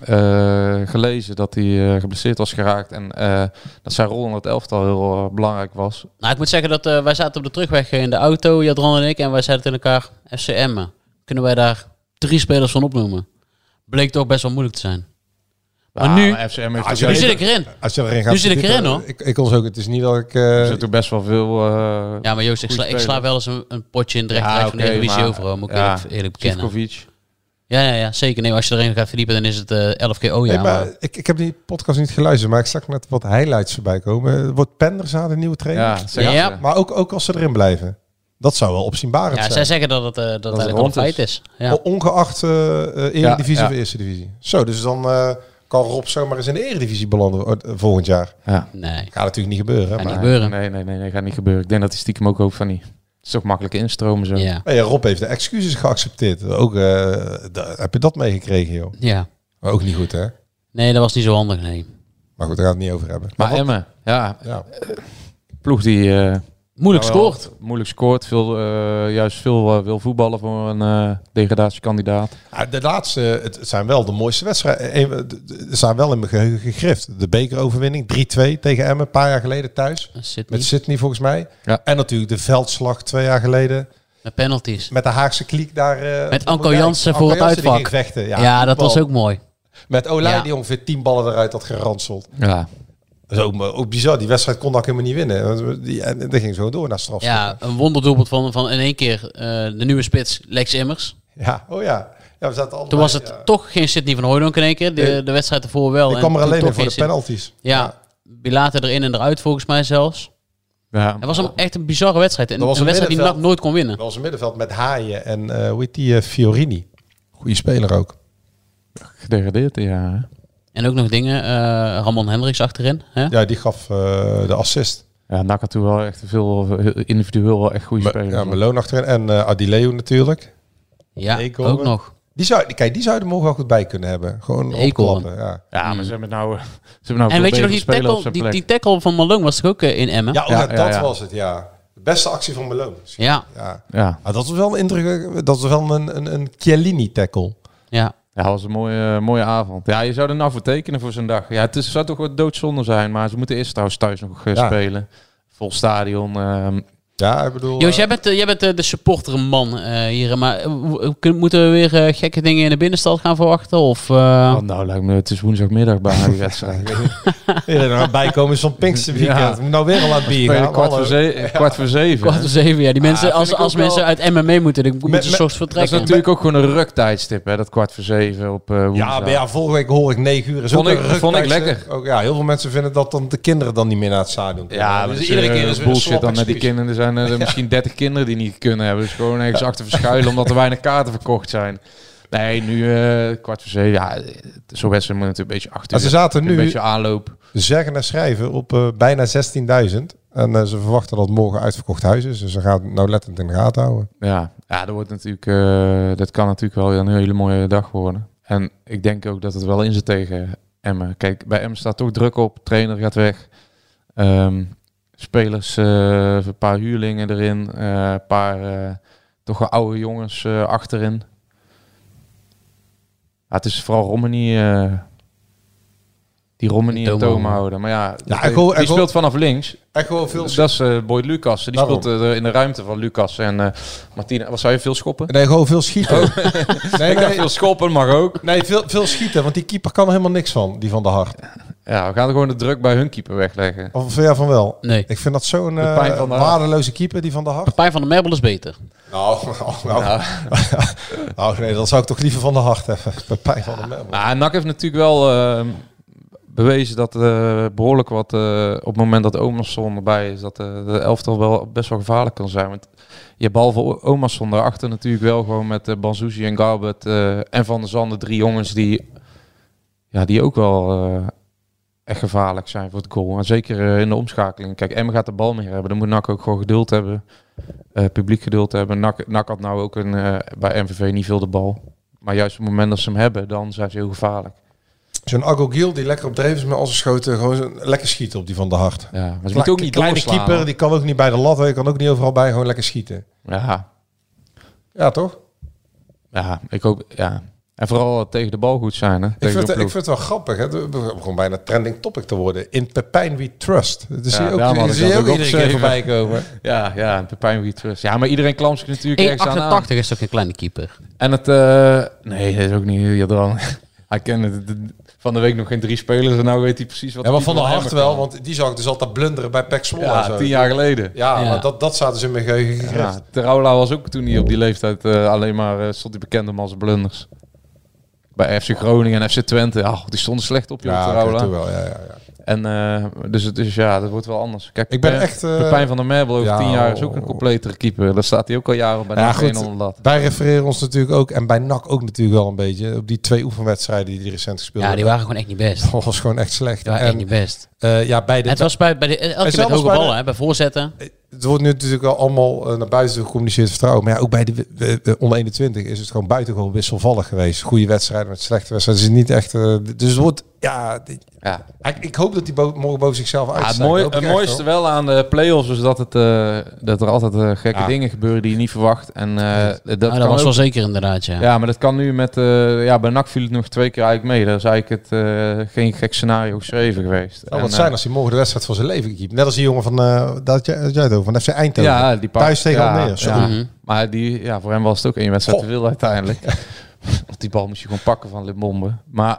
uh, gelezen dat hij uh, geblesseerd was geraakt. En uh, dat zijn rol in het elftal heel uh, belangrijk was. Nou, ik moet zeggen dat uh, wij zaten op de terugweg in de auto, Jadran en ik. En wij zeiden tegen elkaar, F C Emmen. Kunnen wij daar drie spelers van opnoemen? Bleek toch best wel moeilijk te zijn. Maar ja, nu, maar F C M heeft als je nu zit ik erin. Als je erin gaat, nu zit ik erin, hoor. Ik, ik ons ook. Het is niet dat ik... Uh, er zit ook best wel veel... Uh, ja, maar Joost, ik sla, ik sla wel eens een, een potje in de rechterkant ja, okay, van de Eredivisie over. Moet ik ja, eerlijk, eerlijk bekennen. Zivkovic. Ja, ja, ja, zeker. Nee, als je erin gaat verdiepen, dan is het uh, elf keer oh ja. Nee, maar maar... Ik, ik heb die podcast niet geluisterd, maar ik zag net wat highlights voorbij komen. Wordt Penderza de nieuwe trainer? Ja, zeker. Ja. Maar ook, ook als ze erin blijven. Dat zou wel opzienbarend ja, zijn. zij zeggen dat het, uh, dat dat het eigenlijk al een feit is. Ja. Ongeacht uh, uh, Eredivisie ja, ja. of Eerste Divisie. Zo, dus dan uh, kan Rob zomaar eens in de Eredivisie belanden uh, volgend jaar. Ja. Nee. Gaat natuurlijk niet gebeuren. Gaat maar... niet gebeuren. Nee, nee, nee, nee, gaat niet gebeuren. Ik denk dat hij stiekem ook hoopt van niet. Het is toch makkelijk instromen zo. Ja. Hey, Rob heeft de excuses geaccepteerd. Ook, uh, da- heb je dat meegekregen, joh? Ja. Maar ook niet goed, hè? Nee, dat was niet zo handig, nee. Maar goed, daar gaan we het niet over hebben. Maar wat... Emmen, ja. ja. Ploeg die... Uh, moeilijk nou, scoort. Moeilijk scoort. Veel, uh, juist veel uh, wil voetballen voor een uh, degradatiekandidaat. Ja, de laatste, het zijn wel de mooiste wedstrijden. Er zijn wel in mijn geheugen gegrift. De bekeroverwinning, drie twee tegen Emmen, een paar jaar geleden thuis. Sydney. Met Sydney volgens mij. Ja. En natuurlijk de veldslag twee jaar geleden. Met penalties. Met de Haagse kliek daar. Uh, met Anko Jansen voor het uitvak. Vechten. Ja, ja dat was ook mooi. Met Olij ja. die ongeveer tien ballen eruit had geranseld. Ja. Dat is ook, ook bizar. Die wedstrijd kon dat helemaal niet winnen. Die, en dat ging zo door naar straf. Ja, een wonderdoelpunt van, van in één keer uh, de nieuwe spits Lex Immers. Ja, oh ja. ja we zaten allebei, toen was het ja. toch geen Sydney van Hooijdonk in één keer. De, nee. de wedstrijd ervoor wel. Ik kwam er alleen in voor de penalties. Ja, ja. Bilater erin en eruit volgens mij zelfs. Ja. Het was een, echt een bizarre wedstrijd. En dat was een, een wedstrijd die N A C nooit kon winnen. Dat was een middenveld met Haaien en uh, hoe heet die uh, Fiorini. Goeie speler ook. Gedegradeerd, ja. En ook nog dingen. Uh, Ramon Hendricks achterin. Hè? Ja, die gaf uh, de assist. Ja, N A C had toen wel echt veel individueel wel echt goede spelers. Ja, Malone achterin en uh, Adileu natuurlijk. Ja, Eekhoven. Ook nog. Die zou, kijk, die zouden er morgen wel goed bij kunnen hebben. Gewoon opklappen. Ja. ja, maar ze hebben nou, ze hebben nou en weet je nog, die tackle, die, die tackle van Malone was toch ook uh, in Emmen? Ja, oh, ja, ja dat ja. was het, ja. De beste actie van Malone. Ja. ja. ja. Ah, dat was wel een indruk. Dat was wel een, een, een Chiellini tackle. Ja. Ja, dat was een mooie, mooie avond. Ja, je zou er nou voor tekenen voor zo'n dag. Ja, het is, zou toch wat doodzonde zijn, maar ze moeten eerst trouwens thuis nog uh, ja. spelen. Vol stadion. Uh, ja, ik bedoel... Joost, jij bent, uh, jij bent uh, de supporterman uh, hier, maar uh, moeten we weer uh, gekke dingen in de binnenstad gaan verwachten? Of, uh... oh, nou, lijkt me, het is woensdagmiddag bij die wedstrijd. Ja, er gaan bijkomen zo'n Pinksterweekend. Ja. Moet nou weer al aan het bier gaan. Kwart voor, ze- ja. kwart voor zeven. Kwart voor zeven, ja. Die mensen, ja, als als mensen wel... uit M M mee moeten, dan moeten ze soms vertrekken. Dat is natuurlijk ook gewoon een ruktijdstip, hè, dat kwart voor zeven op uh, woensdag. Ja, maar ja, vorige week hoor ik negen uur. Is vond, ook ik, vond ik lekker. Ook, ja, heel veel mensen vinden dat dan de kinderen dan niet meer naar het stadion komen. Ja, dus, dus iedere keer is bullshit dan met die kinderen. Er zijn er ja. misschien dertig kinderen die niet kunnen hebben. Dus gewoon ergens ja. achter verschuilen omdat er weinig kaarten verkocht zijn. Nee, nu uh, kwart voor zeven. Ja, zo'n wedstrijd moet natuurlijk een beetje achter. Ze zaten nu een beetje aanloop. Zeggen en schrijven op uh, bijna zestienduizend. En uh, ze verwachten dat morgen uitverkocht huis is. Dus ze gaan nou letterlijk in de gaten houden. Ja, ja dat, wordt natuurlijk, uh, dat kan natuurlijk wel een hele mooie dag worden. En ik denk ook dat het wel in zit tegen Emmen. Kijk, bij Emmen staat toch druk op. Trainer gaat weg. Um, spelers, uh, een paar huurlingen erin. Een uh, paar uh, toch wel oude jongens uh, achterin. Ja, het is vooral Romani... Uh, die Romani en Toom houden. Maar ja, ja die, Echo, die Echo, speelt vanaf links. Echo veel dat is uh, Boyd Lucas. Die Waarom? speelt uh, in de ruimte van Lucas en uh, Martina. Wat zou je veel schoppen? Nee, gewoon veel schieten. Oh. nee, ik nee. veel schoppen, mag ook. Nee, veel, veel schieten, want die keeper kan er helemaal niks van, die van de Hart. Ja, we gaan gewoon de druk bij hun keeper wegleggen. Of vind jij van wel? Nee. Ik vind dat zo'n uh, waardeloze keeper, die van de Hart. Pepijn van der Merbel is beter. Nou, nou, nou. nou. nou nee, dan zou ik toch liever van de Hart hebben. Pepijn van der Merbel. Nou, N A C heeft natuurlijk wel... Uh, bewezen dat uh, behoorlijk wat uh, op het moment dat Omerson erbij is, dat uh, de elftal wel best wel gevaarlijk kan zijn. Want je hebt behalve Omerson daarachter natuurlijk wel gewoon met uh, Banzuzi en Garbert uh, en Van der Zanden drie jongens die, ja, die ook wel uh, echt gevaarlijk zijn voor het goal. En zeker uh, in de omschakeling. Kijk, Emmen gaat de bal meer hebben. Dan moet N A C ook gewoon geduld hebben. Uh, publiek geduld hebben. N A C, N A C had nou ook een, uh, bij M V V niet veel de bal. Maar juist op het moment dat ze hem hebben, dan zijn ze heel gevaarlijk. Zo'n Agogiel die lekker op dreef is met al zijn schoten, gewoon zo lekker schieten op die van de Hart. Ja, maar ze moet ook niet kleine doorslaan, keeper, die kan ook niet bij de lat, hij kan ook niet overal bij, gewoon lekker schieten. Ja. Ja, toch? Ja, ik hoop, ja. En vooral tegen de bal goed zijn, hè. Ik vind, het, ik vind het wel grappig, hè. Het begint gewoon bijna trending topic te worden. In Pepijn We Trust. Dat zie je ook, ja, man, zie je ook iedere keer voorbij komen. Ja, ja, in Pepijn We Trust. Ja, maar iedereen klampt zich natuurlijk één ergens aan. één achtentachtig is toch een kleine keeper? En het, uh, nee, dat is ook niet heel dan. Hij kende het van de week nog geen drie spelers en nou weet hij precies wat. Ja, maar van de Hart wel, want die zag ik dus altijd blunderen bij Pek Zwolle. Ja, zo. tien jaar geleden. Ja, ja. maar dat, dat staat dus in mijn geheugen gegrift. Ja, Teroula was ook toen hij op die leeftijd uh, alleen maar uh, stond hij bekend om als blunders. bij F C Groningen en F C Twente. Oh, die stonden slecht op, joh. Ja, okay, wel, ja, ja, ja. En uh, dus, dus ja, dat wordt wel anders. Kijk, ik ben echt... Uh, Pepijn van der Merbel over ja, tien jaar is ook een completere keeper. Daar staat hij ook al jaren bij. Ja, N A C goed. onder lat. Wij refereren ons natuurlijk ook, en bij N A C ook natuurlijk wel een beetje, op die twee oefenwedstrijden die die recent gespeeld Ja, die waren gewoon echt niet best. Dat was gewoon echt slecht. Die waren echt niet best. Uh, ja, bij de het was bij, bij de, elke keer met hoge bij ballen, de, hè, bij voorzetten. Het wordt nu natuurlijk wel allemaal uh, naar buiten gecommuniceerd vertrouwen. Maar ja, ook bij de uh, uh, onder eenentwintig is het gewoon buitengewoon wisselvallig geweest. Goede wedstrijden met slechte wedstrijden. Het is niet echt... Uh, dus het wordt... Ja, die, ja. Ik, ik hoop dat die bo- morgen boven zichzelf ja, uitstijgt. Het, mooi, het mooiste wel aan de play-offs is dat, het, uh, dat er altijd uh, gekke ja. dingen gebeuren die je niet verwacht. En, uh, ja. dat nou, dat was ook, wel zeker inderdaad, ja. Ja, maar dat kan nu met... Uh, ja, bij N A C viel het nog twee keer eigenlijk mee. Dat is eigenlijk het, uh, geen gek scenario geschreven geweest. Het zou wat zijn als hij morgen de wedstrijd van zijn leven keept. Net als die jongen van... Uh, dat jij, dat jij het over, van F C Eindhoven. Ja, die thuis tegen ja, Almere. Ja. Mm-hmm. Maar die, ja, voor hem was het ook één wedstrijd te veel uiteindelijk. Want die bal moest je gewoon pakken van Limbombe. Maar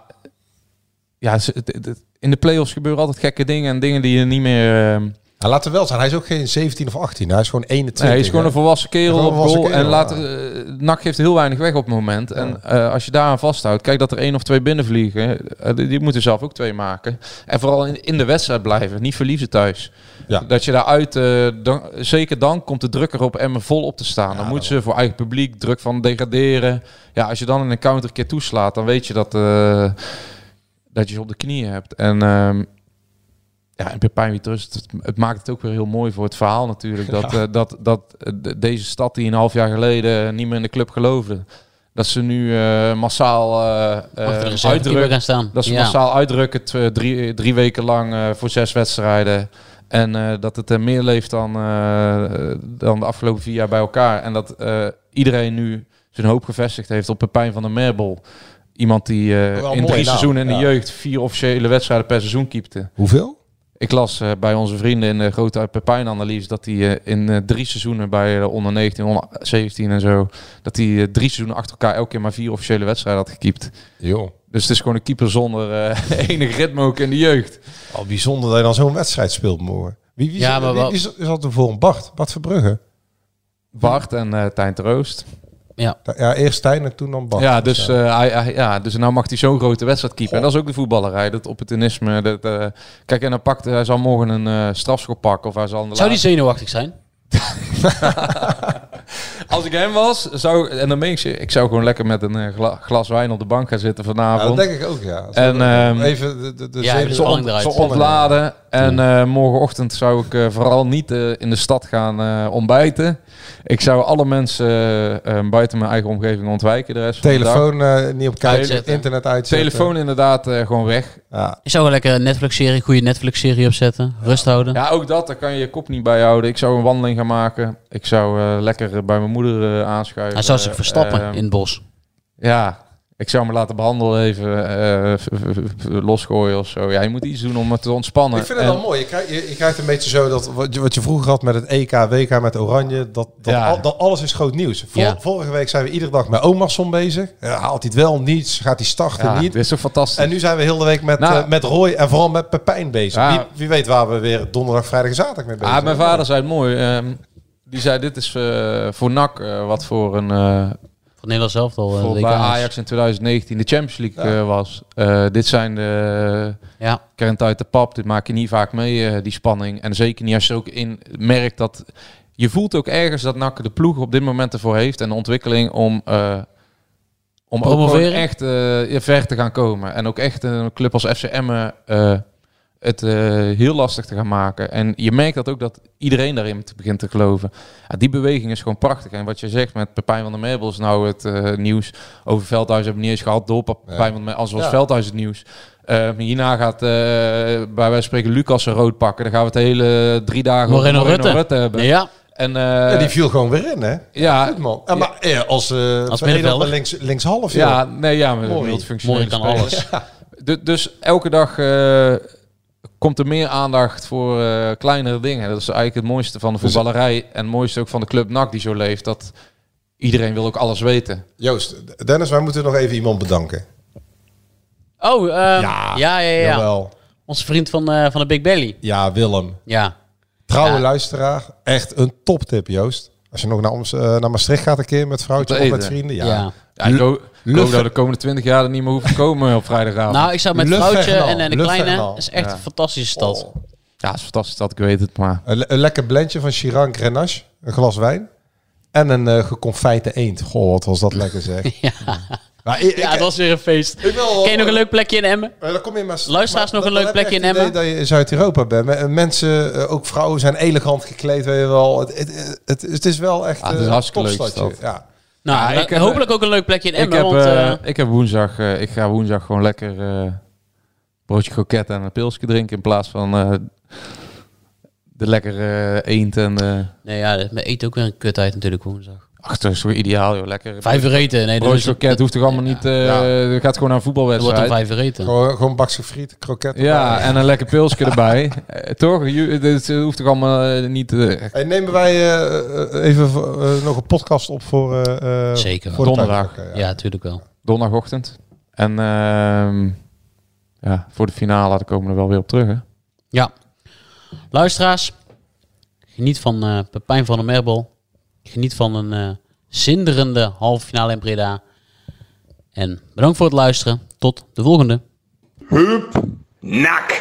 ja, het, het, het, in de play-offs gebeuren altijd gekke dingen en dingen die je niet meer... Uh, Ja, laat er wel zijn. Hij is ook geen zeventien of achttien. Hij is gewoon eenentwintig. Nee, hij is gewoon hè? een volwassen kerel een op volwassen goal. Kerel, en laat, uh, N A C geeft heel weinig weg op het moment. Ja. En uh, als je daaraan vasthoudt, kijk dat er één of twee binnenvliegen. Uh, die, die moeten zelf ook twee maken. En vooral in, in de wedstrijd blijven. Niet verliezen thuis. Ja. Dat je daaruit, uh, dan, zeker dan komt de druk erop Emmen vol op te staan. Ja, dan moeten ze voor eigen publiek druk van degraderen. Ja, als je dan in een counter een keer toeslaat, dan weet je dat, uh, dat je ze op de knieën hebt. En... Uh, Ja, en Pepijn wie trust, het, het maakt het ook weer heel mooi voor het verhaal natuurlijk. Dat, ja. uh, dat, dat uh, deze stad die een half jaar geleden niet meer in de club geloofde, dat ze nu uh, massaal uh, uh, uitdrukken. Gaan staan. Dat ze ja. massaal uitdrukken t, drie, drie weken lang uh, voor zes wedstrijden. En uh, dat het uh, meer leeft dan, uh, dan de afgelopen vier jaar bij elkaar. En dat uh, iedereen nu zijn hoop gevestigd heeft op Pepijn van der Merbel. Iemand die uh, in drie seizoenen in de ja. jeugd vier officiële wedstrijden per seizoen keepte. Hoeveel? Ik las uh, bij onze vrienden in de grote Pepijn-analyse dat hij uh, in uh, drie seizoenen bij uh, onder negentien, onder zeventien en zo, dat hij uh, drie seizoenen achter elkaar elke keer maar vier officiële wedstrijden had gekiept. Jo. Dus het is gewoon een keeper zonder uh, enig ritme ook in de jeugd. Al bijzonder dat je dan zo'n wedstrijd speelt morgen. Wie, wie, ja, wie, maar wie, wie zat er voor een Bart? Bart Verbrugge? Bart en uh, Tijn Troost. Ja. ja, eerst Tijn en toen dan Bart. Ja, dus, uh, hij, hij, ja, dus nou mag hij zo'n grote wedstrijd keepen. En dat is ook de voetballerij, dat opportunisme. Dat, uh, kijk, en dan pakt hij zal morgen een uh, strafschop pakken. Of hij zal zou die zenuwachtig zijn? Als ik hem was, zou en dan meen ik je, ik zou gewoon lekker met een uh, gla, glas wijn op de bank gaan zitten vanavond. Ja, dat denk ik ook, ja. En um, even de, de, de ja, zenuw... zo on, zo ontladen. En uh, morgenochtend zou ik uh, vooral niet uh, in de stad gaan uh, ontbijten. Ik zou alle mensen uh, buiten mijn eigen omgeving ontwijken. De rest Telefoon van de dag. Uh, niet op kijken, internet uitzetten. Telefoon inderdaad uh, gewoon weg. Ja. Je zou wel lekker een Netflix-serie, goede Netflix-serie opzetten. Ja. Rust houden. Ja, ook dat. Daar kan je je kop niet bij houden. Ik zou een wandeling gaan maken. Ik zou uh, lekker bij mijn moeder uh, aanschuiven. Hij zou zich verstappen uh, in het bos. Ja, ik zou me laten behandelen, even uh, f- f- f- losgooien of zo. Ja, je moet iets doen om het te ontspannen. Ik vind het en... wel mooi. Je krijgt, je, je krijgt een beetje zo dat wat je, wat je vroeger had met het E K, W K met Oranje, dat, dat, ja. al, dat alles is groot nieuws. Vor, ja. Vorige week zijn we iedere dag met Omarsson bezig. Ja, haalt hij het wel, niets. Gaat hij starten, ja, niet. Dit is toch fantastisch. En nu zijn we heel de week met, nou, uh, met Roy en vooral met Pepijn bezig. Ja. Wie, wie weet waar we weer donderdag, vrijdag en zaterdag mee bezig zijn. Ah, mijn vader zei het mooi. Um, die zei, dit is uh, voor N A C uh, wat voor een... Uh, Nederland zelf al. Voor bij Ajax in twintig negentien de Champions League ja. uh, was. Uh, dit zijn de ja. krent uit de pap. Dit maak je niet vaak mee, uh, die spanning. En zeker niet als je ook in merkt dat... Je voelt ook ergens dat N A C de ploeg op dit moment ervoor heeft. En de ontwikkeling om... Uh, om ook gewoon echt uh, ver te gaan komen. En ook echt een club als F C Emmen... Uh, het uh, heel lastig te gaan maken. En je merkt dat ook dat iedereen daarin begint te geloven. Ja, die beweging is gewoon prachtig. En wat je zegt met Pepijn van der Merbel is nou het uh, nieuws. Over Veldhuis hebben we niet eens gehad. Door Pepijn ja. van der Merbel, als was ja. Veldhuis het nieuws. Uh, hierna gaat uh, bij wijze van spreken Lucas een rood pakken. Dan gaan we het hele drie dagen Moreno over Rutte. Rutte hebben. Ja. En, uh, ja, die viel gewoon weer in, hè? Ja. Goed, man. Ja, maar ja, als, uh, als middenvelder. Links, linkshalf. Ja, ja, nee, ja, met multifunctionele kan alles. Ja. Dus, dus elke dag... Uh, komt er meer aandacht voor uh, kleinere dingen. Dat is eigenlijk het mooiste van de voetballerij. En het mooiste ook van de club N A C die zo leeft. Dat iedereen wil ook alles weten. Joost, Dennis, wij moeten nog even iemand bedanken. Oh, um, ja, ja, ja, ja. Jawel. Onze vriend van, uh, van de Big Belly. Ja, Willem. Ja. Trouwe ja. luisteraar. Echt een toptip, Joost. Als je nog naar, ons, uh, naar Maastricht gaat een keer met vrouwtje of met vrienden. Ja, ja. ja ik hoop dat de komende twintig jaar er niet meer hoeft te komen op vrijdagavond. Nou, ik zou met vrouwtje en, en de kleine, dat is echt ja. een fantastische stad. Oh. Ja, het is een fantastische stad, ik weet het, maar... Een, een lekker blendje van Chiran Grenache, een glas wijn en een uh, geconfijte eend. Goh, wat was dat lekker zeg. ja. Maar ik, ja, het was weer een feest. Wil, Ken je nog een leuk plekje in Emmen? Uh, dan kom je maar, Luisteraars nog een leuk plekje in Emmen? Dat je in Zuid-Europa bent. Mensen, uh, ook vrouwen, zijn elegant gekleed. Weet je wel. Het, het, het, het is wel echt ah, het is uh, een topstadje. Ja. Nou, ja, ik heb, hopelijk ook een leuk plekje in Emmen. Ik heb, want, uh, uh, ik heb woensdag, uh, ik ga woensdag gewoon lekker uh, broodje kroket en een pilsje drinken in plaats van uh, de lekkere uh, eend en. Uh... Nee, ja, me eet ook weer een kut uit natuurlijk woensdag. Ach, dat is toch ideaal, joh. Lekker. Vijf uur eten. Nee, broodje kroket hoeft toch allemaal ja. niet... Uh, ja. gaat gewoon naar een voetbalwedstrijd. Er wordt een vijf uur eten. Gewoon, gewoon bakse friet, kroket. Ja, en een lekker pilsje erbij. uh, toch? Het hoeft toch allemaal uh, niet... Uh... Hey, nemen wij uh, even uh, nog een podcast op voor... Uh, Zeker voor donderdag. Okay, ja, natuurlijk ja, wel. Donderdagochtend. En uh, ja, voor de finale, daar komen we er wel weer op terug, hè? Ja. Luisteraars, geniet van uh, Pepijn van der Merbel. Geniet van een uh, zinderende halve finale in Breda. En bedankt voor het luisteren. Tot de volgende. Hup, nak.